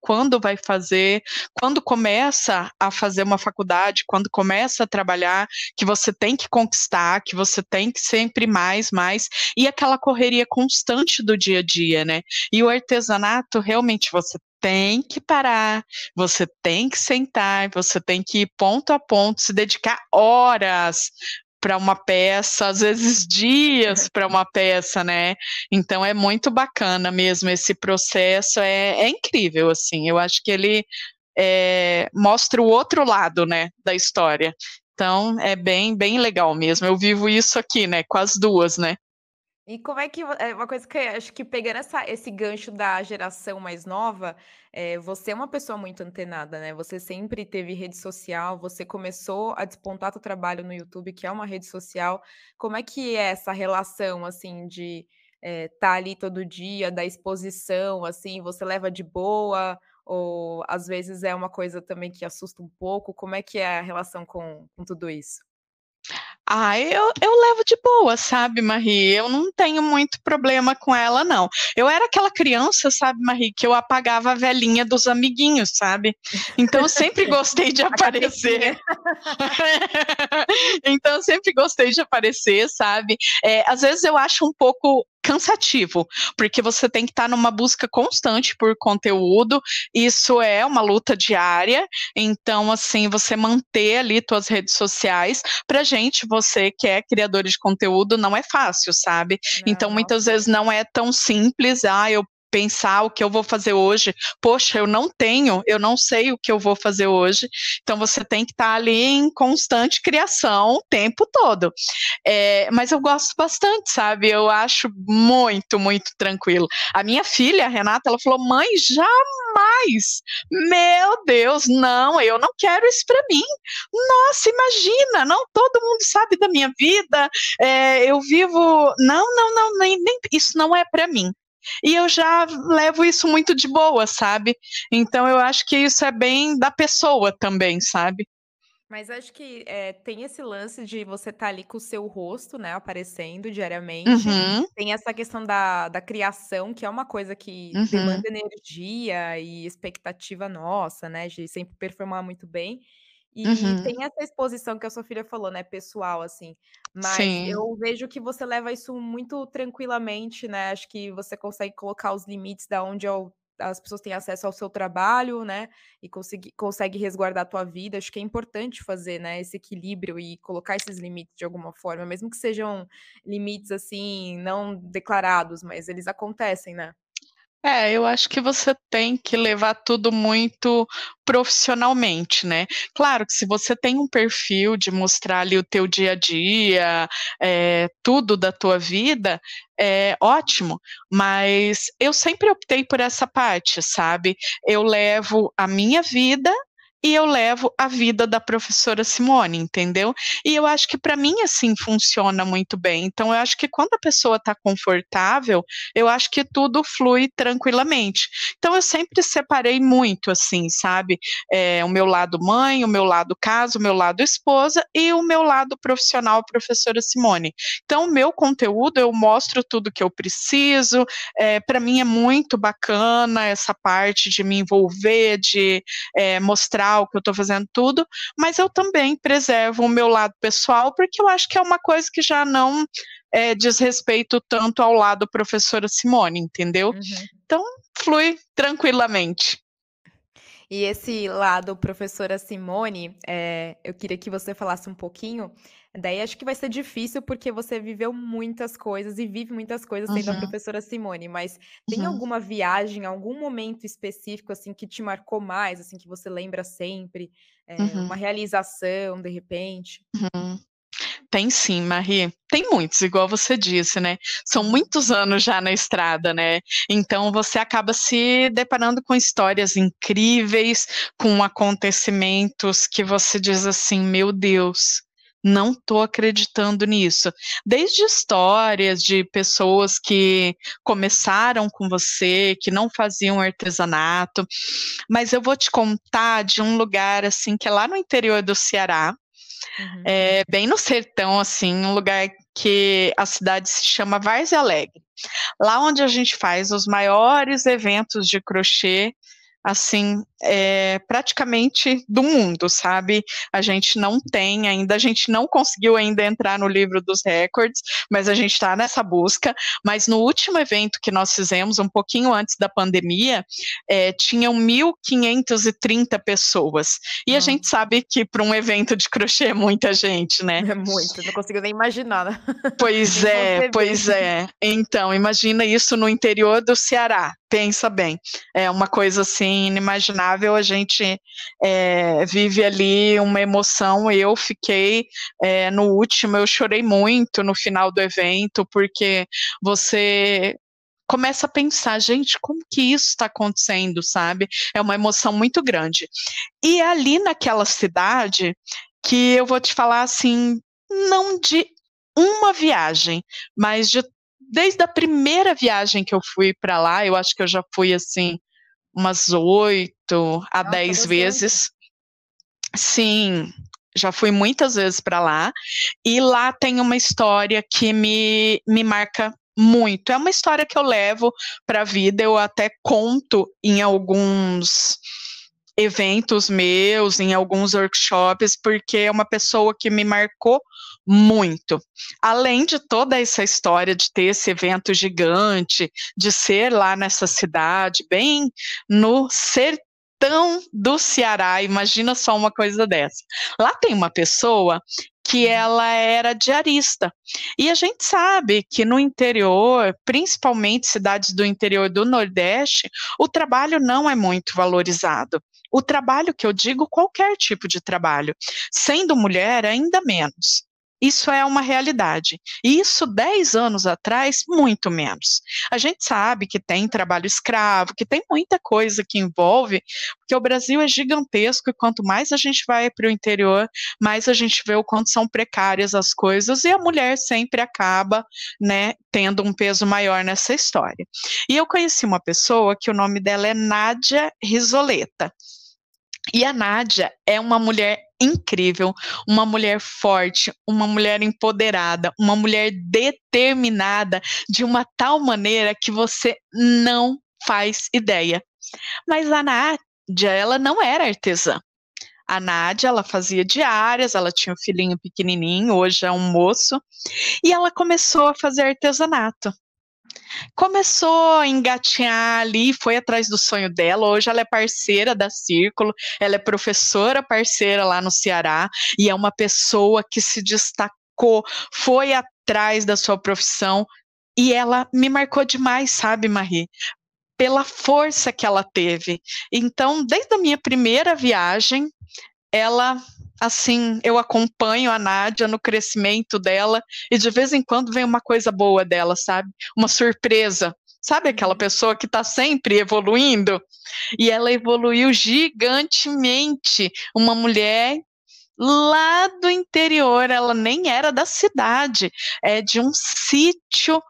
quando começa a fazer uma faculdade, quando começa a trabalhar, que você tem que conquistar, que você tem que sempre mais, mais, e aquela correria constante do dia a dia, né? E o artesanato, realmente, você tem que parar, você tem que sentar, você tem que ir ponto a ponto, se dedicar horas para uma peça, às vezes dias para uma peça, né? Então é muito bacana mesmo esse processo, é incrível, assim, eu acho que ele mostra o outro lado, né, da história. Então é bem, bem legal mesmo, eu vivo isso aqui, né, com as duas, né? E como é que é uma coisa que eu acho que pegando esse gancho da geração mais nova, você é uma pessoa muito antenada, né, você sempre teve rede social, você começou a despontar teu trabalho no YouTube, que é uma rede social. Como é que é essa relação, assim, de, estar ali todo dia, da exposição, assim, você leva de boa ou às vezes é uma coisa também que assusta um pouco? Como é que é a relação com tudo isso? Eu levo de boa, sabe, Marie? Eu não tenho muito problema com ela, não. Eu era aquela criança, sabe, Marie, que eu apagava a velhinha dos amiguinhos, sabe? Então eu sempre gostei de A aparecer. caquecinha. Então eu sempre gostei de aparecer, sabe? Às vezes eu acho um pouco cansativo, porque você tem que estar numa busca constante por conteúdo, isso é uma luta diária, então, assim, você manter ali suas redes sociais, pra gente, você que é criador de conteúdo, não é fácil, sabe? Não, Então, muitas nossa. vezes não é tão simples, eu pensar o que eu vou fazer hoje, poxa, eu não sei o que eu vou fazer hoje, então você tem que estar ali em constante criação o tempo todo. Mas eu gosto bastante, sabe? Eu acho muito, muito tranquilo. A minha filha, a Renata, ela falou: mãe, jamais! Meu Deus, não, eu não quero isso para mim. Nossa, imagina, não todo mundo sabe da minha vida, eu vivo. Não, não, não, nem isso não é para mim. E eu já levo isso muito de boa, sabe? Então eu acho que isso é bem da pessoa também, sabe? Mas acho que tem esse lance de você estar ali com o seu rosto, né, aparecendo diariamente. Uhum, Tem essa questão da criação, que é uma coisa que demanda uhum, energia e expectativa nossa, né, de sempre performar muito bem. E uhum, tem essa exposição que a sua filha falou, né, pessoal, assim. Mas sim. eu vejo que você leva isso muito tranquilamente, né, acho que você consegue colocar os limites da onde as pessoas têm acesso ao seu trabalho, né, e consegue resguardar a tua vida. Acho que é importante fazer, né, esse equilíbrio e colocar esses limites de alguma forma, mesmo que sejam limites, assim, não declarados, mas eles acontecem, né. Eu acho que você tem que levar tudo muito profissionalmente, né. Claro que se você tem um perfil de mostrar ali o teu dia a dia, tudo da tua vida, é ótimo, mas eu sempre optei por essa parte, sabe. Eu levo a minha vida e eu levo a vida da professora Simone, entendeu. E eu acho que para mim, assim, funciona muito bem. Então eu acho que quando a pessoa está confortável, eu acho que tudo flui tranquilamente. Então eu sempre separei muito, assim, sabe, o meu lado mãe, o meu lado casa, o meu lado esposa e o meu lado profissional, professora Simone. Então o meu conteúdo, eu mostro tudo que eu preciso, para mim é muito bacana essa parte de me envolver, de mostrar o que eu estou fazendo tudo, mas eu também preservo o meu lado pessoal, porque eu acho que é uma coisa que já não diz respeito tanto ao lado professora Simone, entendeu? Uhum. Então, flui tranquilamente. E esse lado professora Simone, eu queria que você falasse um pouquinho, daí acho que vai ser difícil, porque você viveu muitas coisas e vive muitas coisas sendo a Uhum, professora Simone, mas tem uhum, alguma viagem, algum momento específico, assim, que te marcou mais, assim, que você lembra sempre? Uma uhum, realização, de repente? uhum. Tem sim, Marie. Tem muitos, igual você disse, né? São Uhum. muitos anos já na estrada, né? Então você acaba se deparando com histórias incríveis, com acontecimentos que você diz assim: meu Deus, não estou acreditando nisso. Desde histórias de pessoas que começaram com você, que não faziam artesanato, mas eu vou te contar de um lugar assim que é lá no interior do Ceará, Uhum. bem no sertão, assim, um lugar que a cidade se chama Várzea Alegre. Lá onde a gente faz os maiores eventos de crochê, assim, praticamente do mundo, sabe? A gente não tem ainda, a gente não conseguiu ainda entrar no livro dos recordes, mas a gente está nessa busca. Mas no último evento que nós fizemos, um pouquinho antes da pandemia, tinham 1.530 pessoas. E a gente Nossa, sabe que para um evento de crochê é muita gente, né? é muito, não consigo nem imaginar, né. Pois Nem é, conceber. pois é. Então, imagina isso no interior do Ceará. Pensa bem, é uma coisa assim inimaginável. A gente vive ali uma emoção. Eu fiquei no último, eu chorei muito no final do evento, porque você começa a pensar, gente, como que isso está acontecendo, sabe? É uma emoção muito grande. E ali naquela cidade, que eu vou te falar assim, não de uma viagem, mas desde a primeira viagem que eu fui para lá, eu acho que eu já fui assim umas 8 a Nossa, 10 bastante. vezes. Sim, já fui muitas vezes para lá, e lá tem uma história que me marca muito. É uma história que eu levo para a vida, eu até conto em alguns eventos meus, em alguns workshops, porque é uma pessoa que me marcou muito. Além de toda essa história de ter esse evento gigante, de ser lá nessa cidade, bem no sertão do Ceará, imagina só uma coisa dessa. Lá tem uma pessoa que ela era diarista. E a gente sabe que no interior, principalmente cidades do interior do Nordeste, o trabalho não é muito valorizado. O trabalho que eu digo, qualquer tipo de trabalho, sendo mulher, ainda menos. Isso é uma realidade. E isso 10 anos atrás, muito menos. A gente sabe que tem trabalho escravo, que tem muita coisa que envolve, porque o Brasil é gigantesco e quanto mais a gente vai para o interior, mais a gente vê o quanto são precárias as coisas e a mulher sempre acaba, né, tendo um peso maior nessa história. E eu conheci uma pessoa que o nome dela é Nádia Rizoleta. E a Nádia é uma mulher incrível, uma mulher forte, uma mulher empoderada, uma mulher determinada de uma tal maneira que você não faz ideia. Mas a Nádia, ela não era artesã. A Nádia, ela fazia diárias, ela tinha um filhinho pequenininho, hoje é um moço, e ela começou a fazer artesanato. Começou a engatinhar ali, foi atrás do sonho dela. Hoje ela é parceira da Círculo, ela é professora parceira lá no Ceará e é uma pessoa que se destacou, foi atrás da sua profissão e ela me marcou demais, sabe, Marie? Pela força que ela teve. Então, desde a minha primeira viagem, ela, assim, eu acompanho a Nádia no crescimento dela e de vez em quando vem uma coisa boa dela, sabe? Uma surpresa. Sabe aquela pessoa que está sempre evoluindo? E ela evoluiu gigantemente. Uma mulher lá do interior, ela nem era da cidade, é de um sítio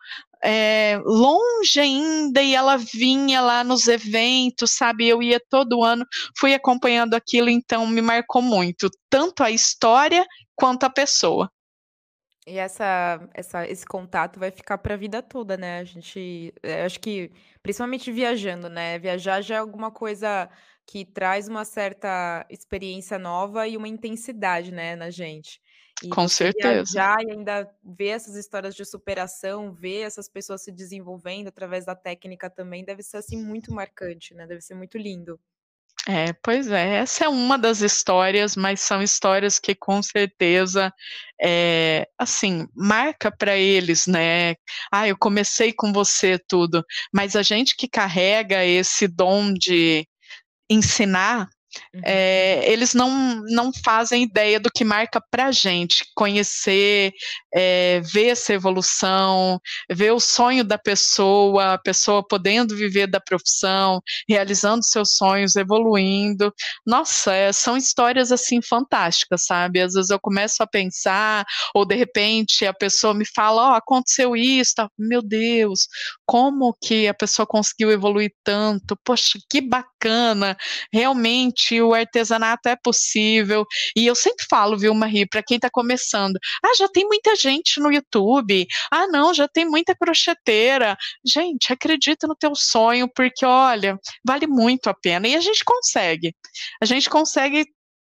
longe ainda, e ela vinha lá nos eventos, sabe? Eu ia todo ano, fui acompanhando aquilo, então me marcou muito, tanto a história quanto a pessoa. E esse contato vai ficar para a vida toda, né? A gente, acho que, principalmente viajando, né? Viajar já é alguma coisa que traz uma certa experiência nova e uma intensidade, né, na gente. E Com você certeza. viajar e ainda ver essas histórias de superação, ver essas pessoas se desenvolvendo através da técnica também deve ser, assim, muito marcante, né? Deve ser muito lindo. Pois é, essa é uma das histórias, mas são histórias que com certeza, assim, marca para eles, né? Ah, eu comecei com você tudo, mas a gente que carrega esse dom de ensinar, Uhum. eles não fazem ideia do que marca pra gente, conhecer, ver essa evolução, ver o sonho da pessoa, a pessoa podendo viver da profissão, realizando seus sonhos, evoluindo. Nossa, são histórias assim fantásticas, sabe? Às vezes eu começo a pensar, ou de repente a pessoa me fala, aconteceu isso, tá? Meu Deus, como que a pessoa conseguiu evoluir tanto? Poxa, que bacana! Realmente o artesanato é possível, e eu sempre falo, viu, Marie, para quem está começando, já tem muita gente no YouTube, não, já tem muita crocheteira, gente, acredita no teu sonho, porque olha, vale muito a pena, e a gente consegue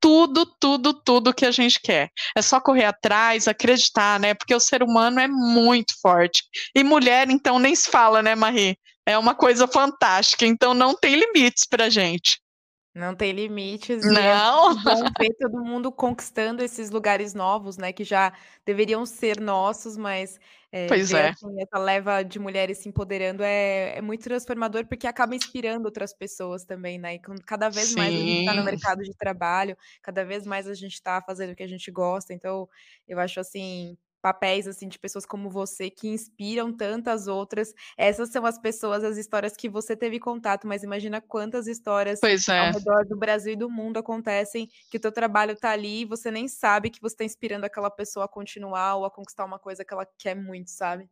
tudo que a gente quer, é só correr atrás, acreditar, né, porque o ser humano é muito forte, e mulher, então, nem se fala, né, Marie, é uma coisa fantástica, então não tem limites pra gente. Não tem limites e é Não. muito bom ver todo mundo conquistando esses lugares novos, né, que já deveriam ser nossos, mas, Pois ver, é. assim, essa leva de mulheres se empoderando é muito transformador, porque acaba inspirando outras pessoas também, né, e quando cada vez mais a gente está no Sim, mercado de trabalho, cada vez mais a gente está fazendo o que a gente gosta, então eu acho, assim, papéis, assim, de pessoas como você que inspiram tantas outras. Essas são as pessoas, as histórias que você teve contato, mas imagina quantas histórias pois ao é. redor do Brasil e do mundo acontecem, que o teu trabalho está ali e você nem sabe que você está inspirando aquela pessoa a continuar ou a conquistar uma coisa que ela quer muito, sabe.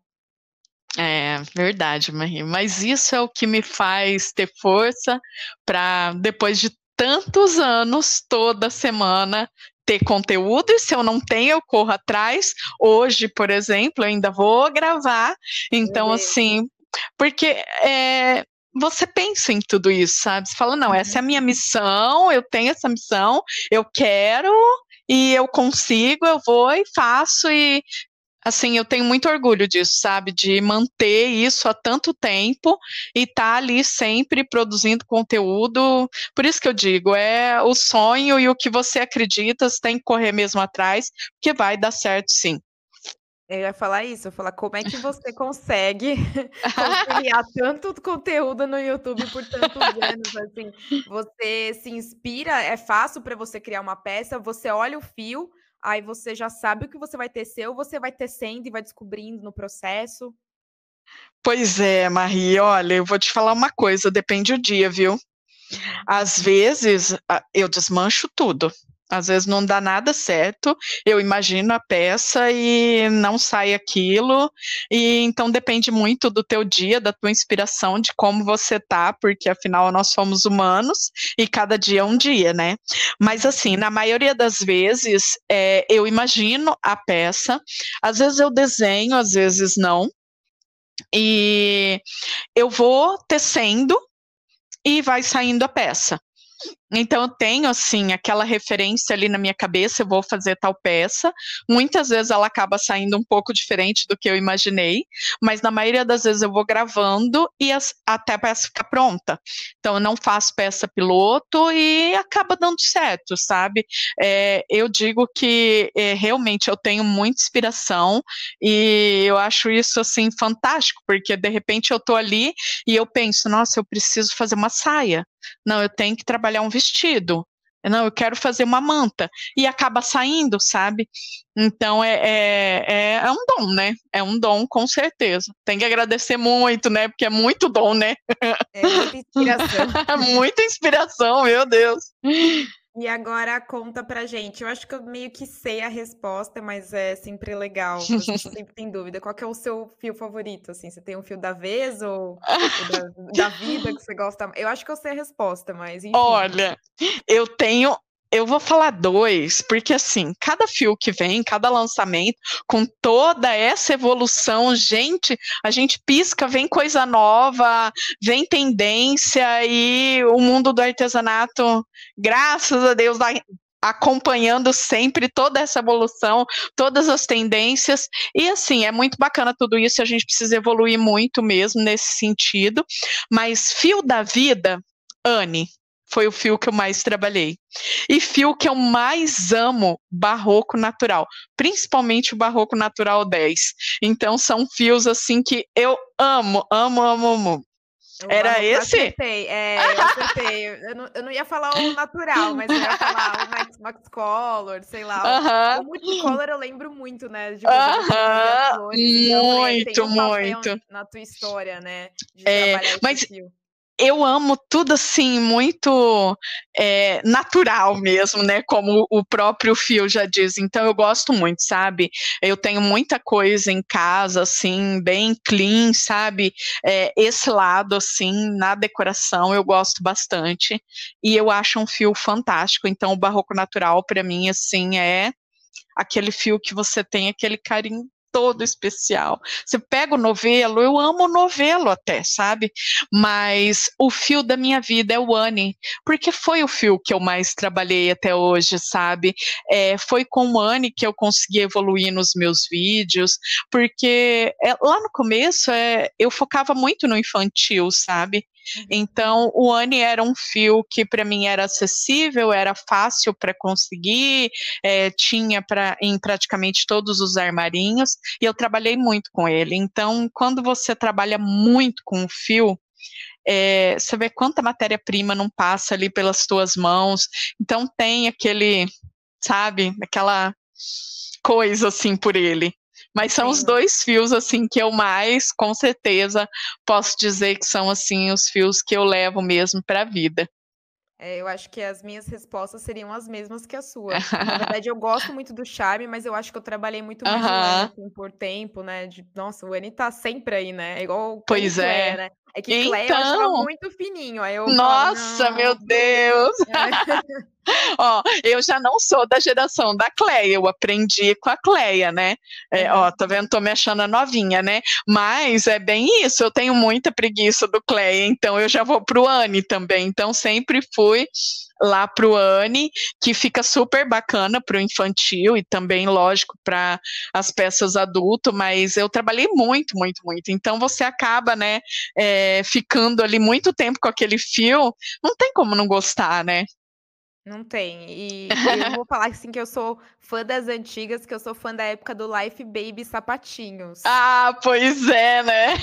É verdade, Marie. Mas isso é o que me faz ter força para, depois de tantos anos, toda semana, ter conteúdo. E se eu não tenho, eu corro atrás. Hoje, por exemplo, eu ainda vou gravar. Meu Então, Deus. assim, porque você pensa em tudo isso, sabe? Você fala, não, essa é a minha missão, eu tenho essa missão, eu quero. e eu consigo, eu vou e faço e assim, eu tenho muito orgulho disso, sabe? De manter isso há tanto tempo e estar ali sempre produzindo conteúdo. Por isso que eu digo, é o sonho e o que você acredita, você tem que correr mesmo atrás, porque vai dar certo sim. Eu ia falar isso, eu ia falar como é que você consegue conciliar tanto conteúdo no YouTube por tantos anos, assim. Você se inspira, é fácil para você criar uma peça, você olha o fio, aí você já sabe o que você vai tecer ou você vai tecendo e vai descobrindo no processo? Pois é, Marie, olha, eu vou te falar uma coisa, depende do dia, viu? Uhum. Às vezes eu desmancho tudo. Às vezes não dá nada certo, eu imagino a peça e não sai aquilo, e então depende muito do teu dia, da tua inspiração, de como você tá, porque afinal nós somos humanos e cada dia é um dia, né? Mas assim, na maioria das vezes, eu imagino a peça, às vezes eu desenho, às vezes não, e eu vou tecendo e vai saindo a peça. Então eu tenho assim aquela referência ali na minha cabeça, eu vou fazer tal peça. Muitas vezes ela acaba saindo um pouco diferente do que eu imaginei, mas na maioria das vezes eu vou gravando e até a peça ficar pronta. Então eu não faço peça piloto e acaba dando certo, sabe? Eu digo que realmente eu tenho muita inspiração e eu acho isso assim fantástico, porque de repente eu tô ali e eu penso, nossa, eu preciso fazer uma saia. Não, eu tenho que trabalhar um vestido. Não, eu quero fazer uma manta. E acaba saindo, sabe? Então é um dom, né? É um dom, com certeza. Tem que agradecer muito, né? Porque é muito dom, né? É muita inspiração. Muita inspiração, meu Deus. E agora conta pra gente. Eu acho que eu meio que sei a resposta, mas é sempre legal. A gente sempre tem dúvida. Qual que é o seu fio favorito, assim? Você tem um fio da vez ou o da vida que você gosta? Eu acho que eu sei a resposta, mas enfim. Olha, eu vou falar dois, porque assim, cada fio que vem, cada lançamento, com toda essa evolução, gente, a gente pisca, vem coisa nova, vem tendência e o mundo do artesanato, graças a Deus, vai acompanhando sempre toda essa evolução, todas as tendências, e assim, é muito bacana tudo isso, a gente precisa evoluir muito mesmo nesse sentido, mas fio da vida, Anne, foi o fio que eu mais trabalhei. E fio que eu mais amo, barroco natural, principalmente o barroco natural 10. Então são fios assim que eu amo, amo, amo, amo. O Era barroco eu esse? acertei. É, eu acertei. Eu não ia falar o natural, mas eu ia falar o Max Color, sei lá. Aham, O Multicolor eu lembro muito, né, de quando você fazia as aham, flores, então tem muito, um papel muito. na tua história, né, de É, trabalhar esse mas fio. eu amo tudo assim, muito natural mesmo, né? Como o próprio fio já diz. Então eu gosto muito, sabe? Eu tenho muita coisa em casa, assim, bem clean, sabe? Esse lado, assim, na decoração, eu gosto bastante. E eu acho um fio fantástico. Então o barroco natural, para mim, assim, é aquele fio que você tem aquele carinho todo especial. Você pega o novelo, eu amo o novelo até, sabe? Mas o fio da minha vida é o Anne, porque foi o fio que eu mais trabalhei até hoje, sabe? Foi com o Anne que eu consegui evoluir nos meus vídeos, porque lá no começo eu focava muito no infantil, sabe? Uhum. Então, o Anne era um fio que para mim era acessível, era fácil para conseguir, tinha em praticamente todos os armarinhos, e eu trabalhei muito com ele. Então, quando você trabalha muito com o fio, você vê quanta matéria-prima não passa ali pelas tuas mãos. Então, tem aquele, sabe, aquela coisa assim por ele. Mas são os Entendo. dois fios assim que eu mais, com certeza, posso dizer que são assim os fios que eu levo mesmo para a vida. Eu acho que as minhas respostas seriam as mesmas que a sua. Na verdade, eu gosto muito do charme, mas eu acho que eu trabalhei muito mais o N, Aham, assim, por tempo, né, nossa, o N tá sempre aí, né, é igual o N e pois Cleia, é. né. É que Cleia eu achava Então, muito fininho, aí eu falava: nossa, meu "Não". Deus! Ó, eu já não sou da geração da Cleia, eu aprendi com a Cleia, né? Ó, Uhum. tá vendo? Tô me achando a novinha, né? Mas é bem isso, eu tenho muita preguiça do Cleia, então eu já vou pro Anne também. Então sempre fui lá pro Anne, que fica super bacana pro infantil e também, lógico, para as peças adulto, mas eu trabalhei muito, muito, muito. Então você acaba, né, ficando ali muito tempo com aquele fio, não tem como não gostar, né? Não tem. E eu vou falar assim que eu sou fã das antigas, que eu sou fã da época do Life Baby Sapatinhos. Ah, pois é, né?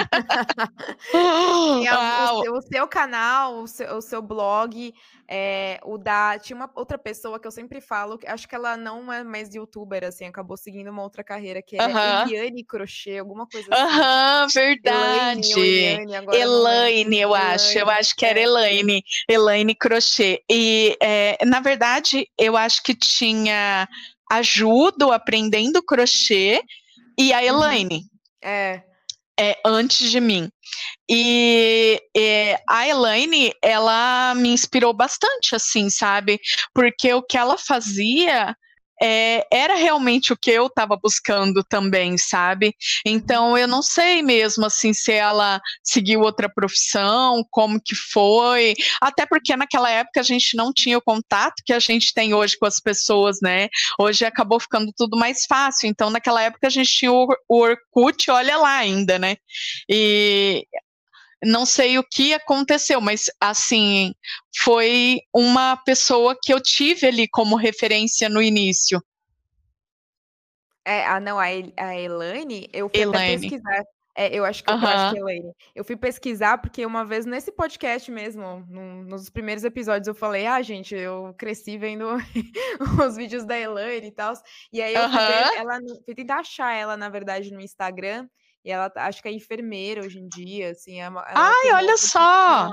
Tinha Ah, o seu canal, o seu blog, o da tinha uma outra pessoa que eu sempre falo, que acho que ela não é mais youtuber, assim, acabou seguindo uma outra carreira, que é aham, Eliane Crochê, alguma coisa assim. aham, Elaine ou verdade. Eliane, agora eu não lembro. Elaine, eu Elaine, acho que era Elaine, Elaine Crochê. E, na verdade, eu acho que tinha a Ju do Aprendendo Crochê e a Uhum. Elaine, É. antes de mim. E a Elaine, ela me inspirou bastante, assim, sabe? Porque o que ela fazia era realmente o que eu estava buscando também, sabe? Uhum. Então, eu não sei mesmo, assim, se ela seguiu outra profissão, como que foi, até porque naquela época a gente não tinha o contato que a gente tem hoje com as pessoas, né? Hoje acabou ficando tudo mais fácil, então naquela época a gente tinha o Orkut, olha lá ainda, né? E não sei o que aconteceu, mas assim, foi uma pessoa que eu tive ali como referência no início, Não, a Elaine, eu fui até Elaine. pesquisar. Eu acho que é Aham, Elaine. Eu fui pesquisar, porque uma vez nesse podcast mesmo, nos primeiros episódios, eu falei: "Ah, gente, eu cresci vendo os vídeos da Elaine e tals". E aí eu fui ver aham. ela no fui tentar achar ela, na verdade, no Instagram, e ela acho que é enfermeira hoje em dia, assim, ela Ai, tem uma olha outra só. profissão.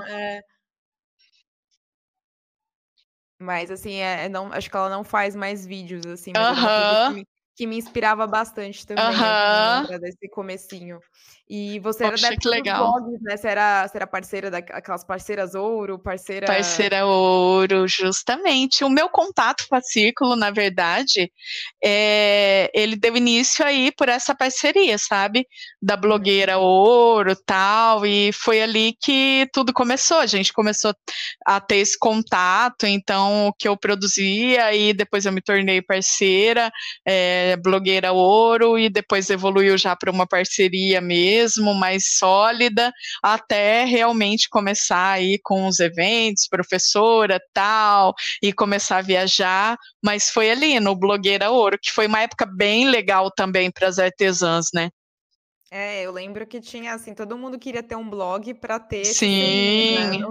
Mas assim, não acho que ela não faz mais vídeos, assim, mas era uma coisa Aham, que me inspirava bastante também, assim, aham. lembrar desse comecinho. E você era da Poxa, que época dos legal. blogs, né, você era parceira aquelas parceiras ouro, parceira. Parceira Ouro, justamente. O meu contato com a Círculo, na verdade, ele deu início aí por essa parceria, sabe? Da Uhum. blogueira Ouro, tal, e foi ali que tudo começou. A gente começou a ter esse contato, então o que eu produzia e depois eu me tornei parceira, blogueira Ouro, e depois evoluiu já para uma parceria mesmo, mais sólida, até realmente começar aí com os eventos, professora, tal, e começar a viajar, mas foi ali no Blogueira Ouro, que foi uma época bem legal também para as artesãs, né? Eu lembro que tinha, assim, todo mundo queria ter um blog para ter esses selinhos, né. Sim,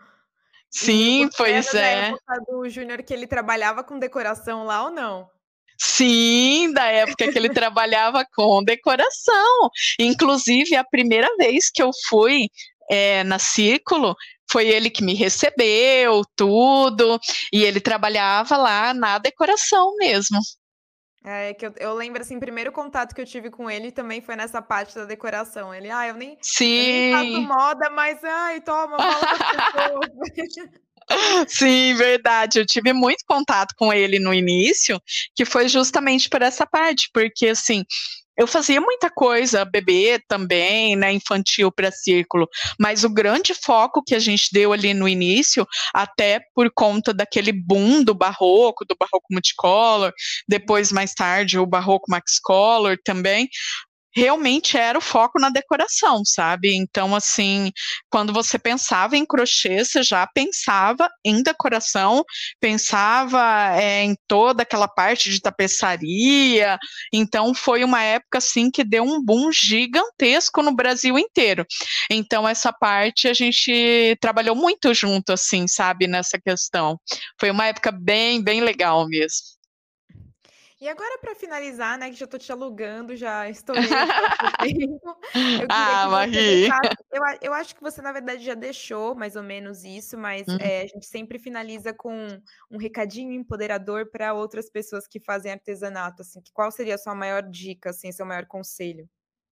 E sim, você era pois da é. época do Júnior que ele trabalhava com decoração lá ou não? Sim, da época que ele trabalhava com decoração. Inclusive, a primeira vez que eu fui na Círculo, foi ele que me recebeu, tudo, e ele trabalhava lá na decoração mesmo. É que eu lembro, assim, o primeiro contato que eu tive com ele também foi nessa parte da decoração. Ele: "Ah, eu nem faço Sim, moda, mas, ai, toma, fala com as pessoas". sim, verdade. Eu tive muito contato com ele no início, que foi justamente por essa parte, porque assim, eu fazia muita coisa, bebê também, né, infantil para círculo, mas o grande foco que a gente deu ali no início, até por conta daquele boom do barroco multicolor, depois mais tarde o barroco max color também, realmente era o foco na decoração, sabe? Então, assim, quando você pensava em crochê, você já pensava em decoração, pensava em toda aquela parte de tapeçaria. Então, foi uma época assim que deu um boom gigantesco no Brasil inteiro. Então, essa parte a gente trabalhou muito junto, assim, sabe, nessa questão. Foi uma época bem, bem legal mesmo. E agora para finalizar, né, que já tô te alugando, já estourei aqui o seu tempo, eu queria Ah, que você Marie. deixasse eu acho que você na verdade já deixou mais ou menos isso, mas, a gente sempre finaliza com um recadinho empoderador para outras pessoas que fazem artesanato, assim, que qual seria a sua maior dica, assim, seu maior conselho?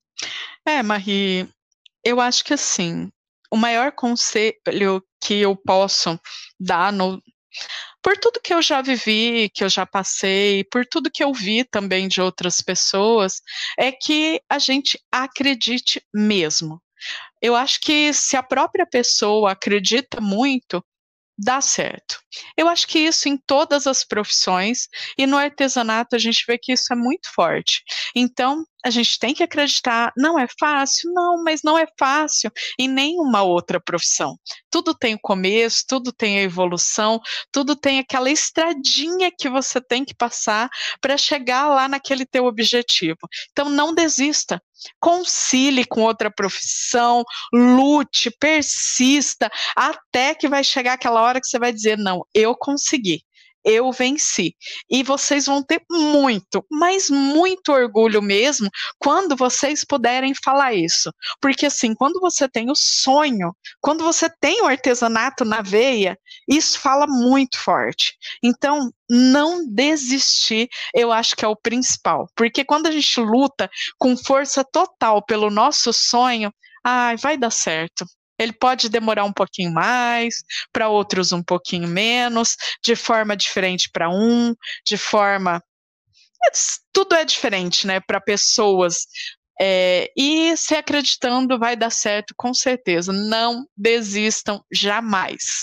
Marie, eu acho que assim, o maior conselho que eu posso dar por tudo que eu já vivi, que eu já passei, por tudo que eu vi também de outras pessoas, é que a gente acredite mesmo. Eu acho que se a própria pessoa acredita muito, dá certo. Eu acho que isso em todas as profissões e no artesanato a gente vê que isso é muito forte. Então, a gente tem que acreditar, não é fácil? Não, mas não é fácil em nenhuma outra profissão. Tudo tem o começo, tudo tem a evolução, tudo tem aquela estradinha que você tem que passar para chegar lá naquele teu objetivo. Então, não desista. Concilie com outra profissão, lute, persista, até que vai chegar aquela hora que você vai dizer: não, eu consegui, eu venci. E vocês vão ter muito, mas muito orgulho mesmo quando vocês puderem falar isso. Porque assim, quando você tem o sonho, quando você tem o artesanato na veia, isso fala muito forte. Então, não desistir, eu acho que é o principal. Porque quando a gente luta com força total pelo nosso sonho, ai, vai dar certo. Ele pode demorar um pouquinho mais, para outros um pouquinho menos, de forma diferente para um, de forma. Tudo é diferente, né, para pessoas. E se acreditando, vai dar certo, com certeza. Não desistam jamais.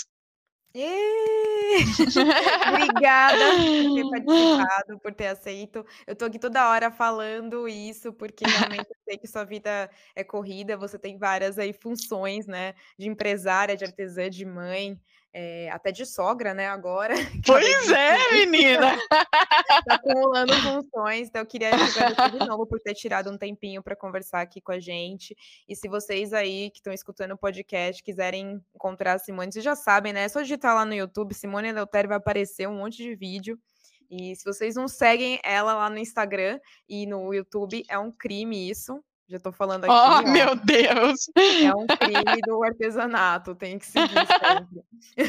Obrigada por ter participado, por ter aceito. Eu tô aqui toda hora falando isso, porque realmente eu sei que sua vida é corrida, você tem várias aí funções, né, de empresária, de artesã, de mãe, até de sogra, né, agora. Pois é, menina! Tá acumulando funções, então eu queria te agradecer de novo por ter tirado um tempinho para conversar aqui com a gente. E se vocês aí que estão escutando o podcast quiserem encontrar a Simone, vocês já sabem, né? É só digitar lá no YouTube, Simone Eleutério, vai aparecer um monte de vídeo. E se vocês não seguem ela lá no Instagram e no YouTube, é um crime isso. Já tô falando aqui, Oh, ó. meu Deus! É um crime do artesanato, tem que seguir sempre.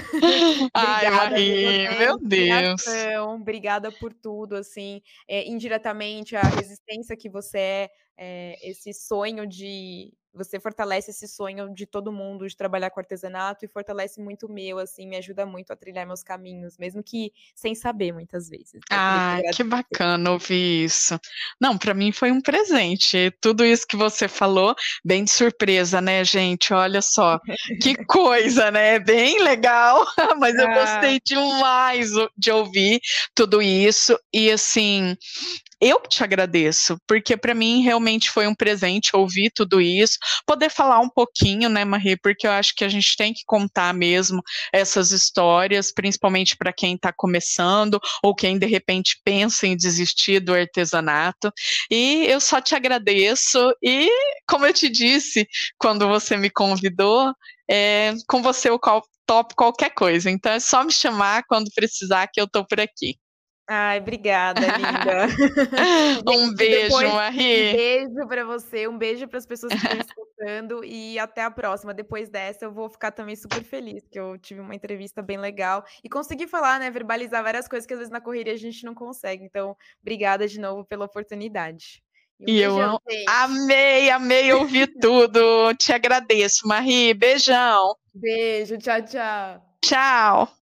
Ai, Obrigada, Marie, meu Deus. obrigada por tudo, assim, indiretamente, a resistência que você esse sonho de você fortalece esse sonho de todo mundo de trabalhar com artesanato e fortalece muito o meu, assim, me ajuda muito a trilhar meus caminhos, mesmo que sem saber muitas vezes. Eu queria te Ah, que agradecer. bacana ouvir isso. Não, para mim foi um presente. Tudo isso que você falou, bem de surpresa, né, gente? Olha só, que coisa, né? Bem legal, mas eu gostei demais de ouvir tudo isso. E assim, eu que te agradeço, porque para mim realmente foi um presente ouvir tudo isso, poder falar um pouquinho, né, Marie, porque eu acho que a gente tem que contar mesmo essas histórias, principalmente para quem está começando ou quem de repente pensa em desistir do artesanato. E eu só te agradeço e, como eu te disse quando você me convidou, com você eu topo qualquer coisa. Então é só me chamar quando precisar que eu tô por aqui. Ai, obrigada, linda. Um beijo, Um Marie. beijo para você, um beijo para as pessoas que estão escutando e até a próxima. Depois dessa, eu vou ficar também super feliz, que eu tive uma entrevista bem legal e consegui falar, né, verbalizar várias coisas que às vezes na correria a gente não consegue. Então, obrigada de novo pela oportunidade. E um beijão, gente. Amei ouvir tudo. Te agradeço, Marie. Beijão. Beijo, tchau, tchau. Tchau.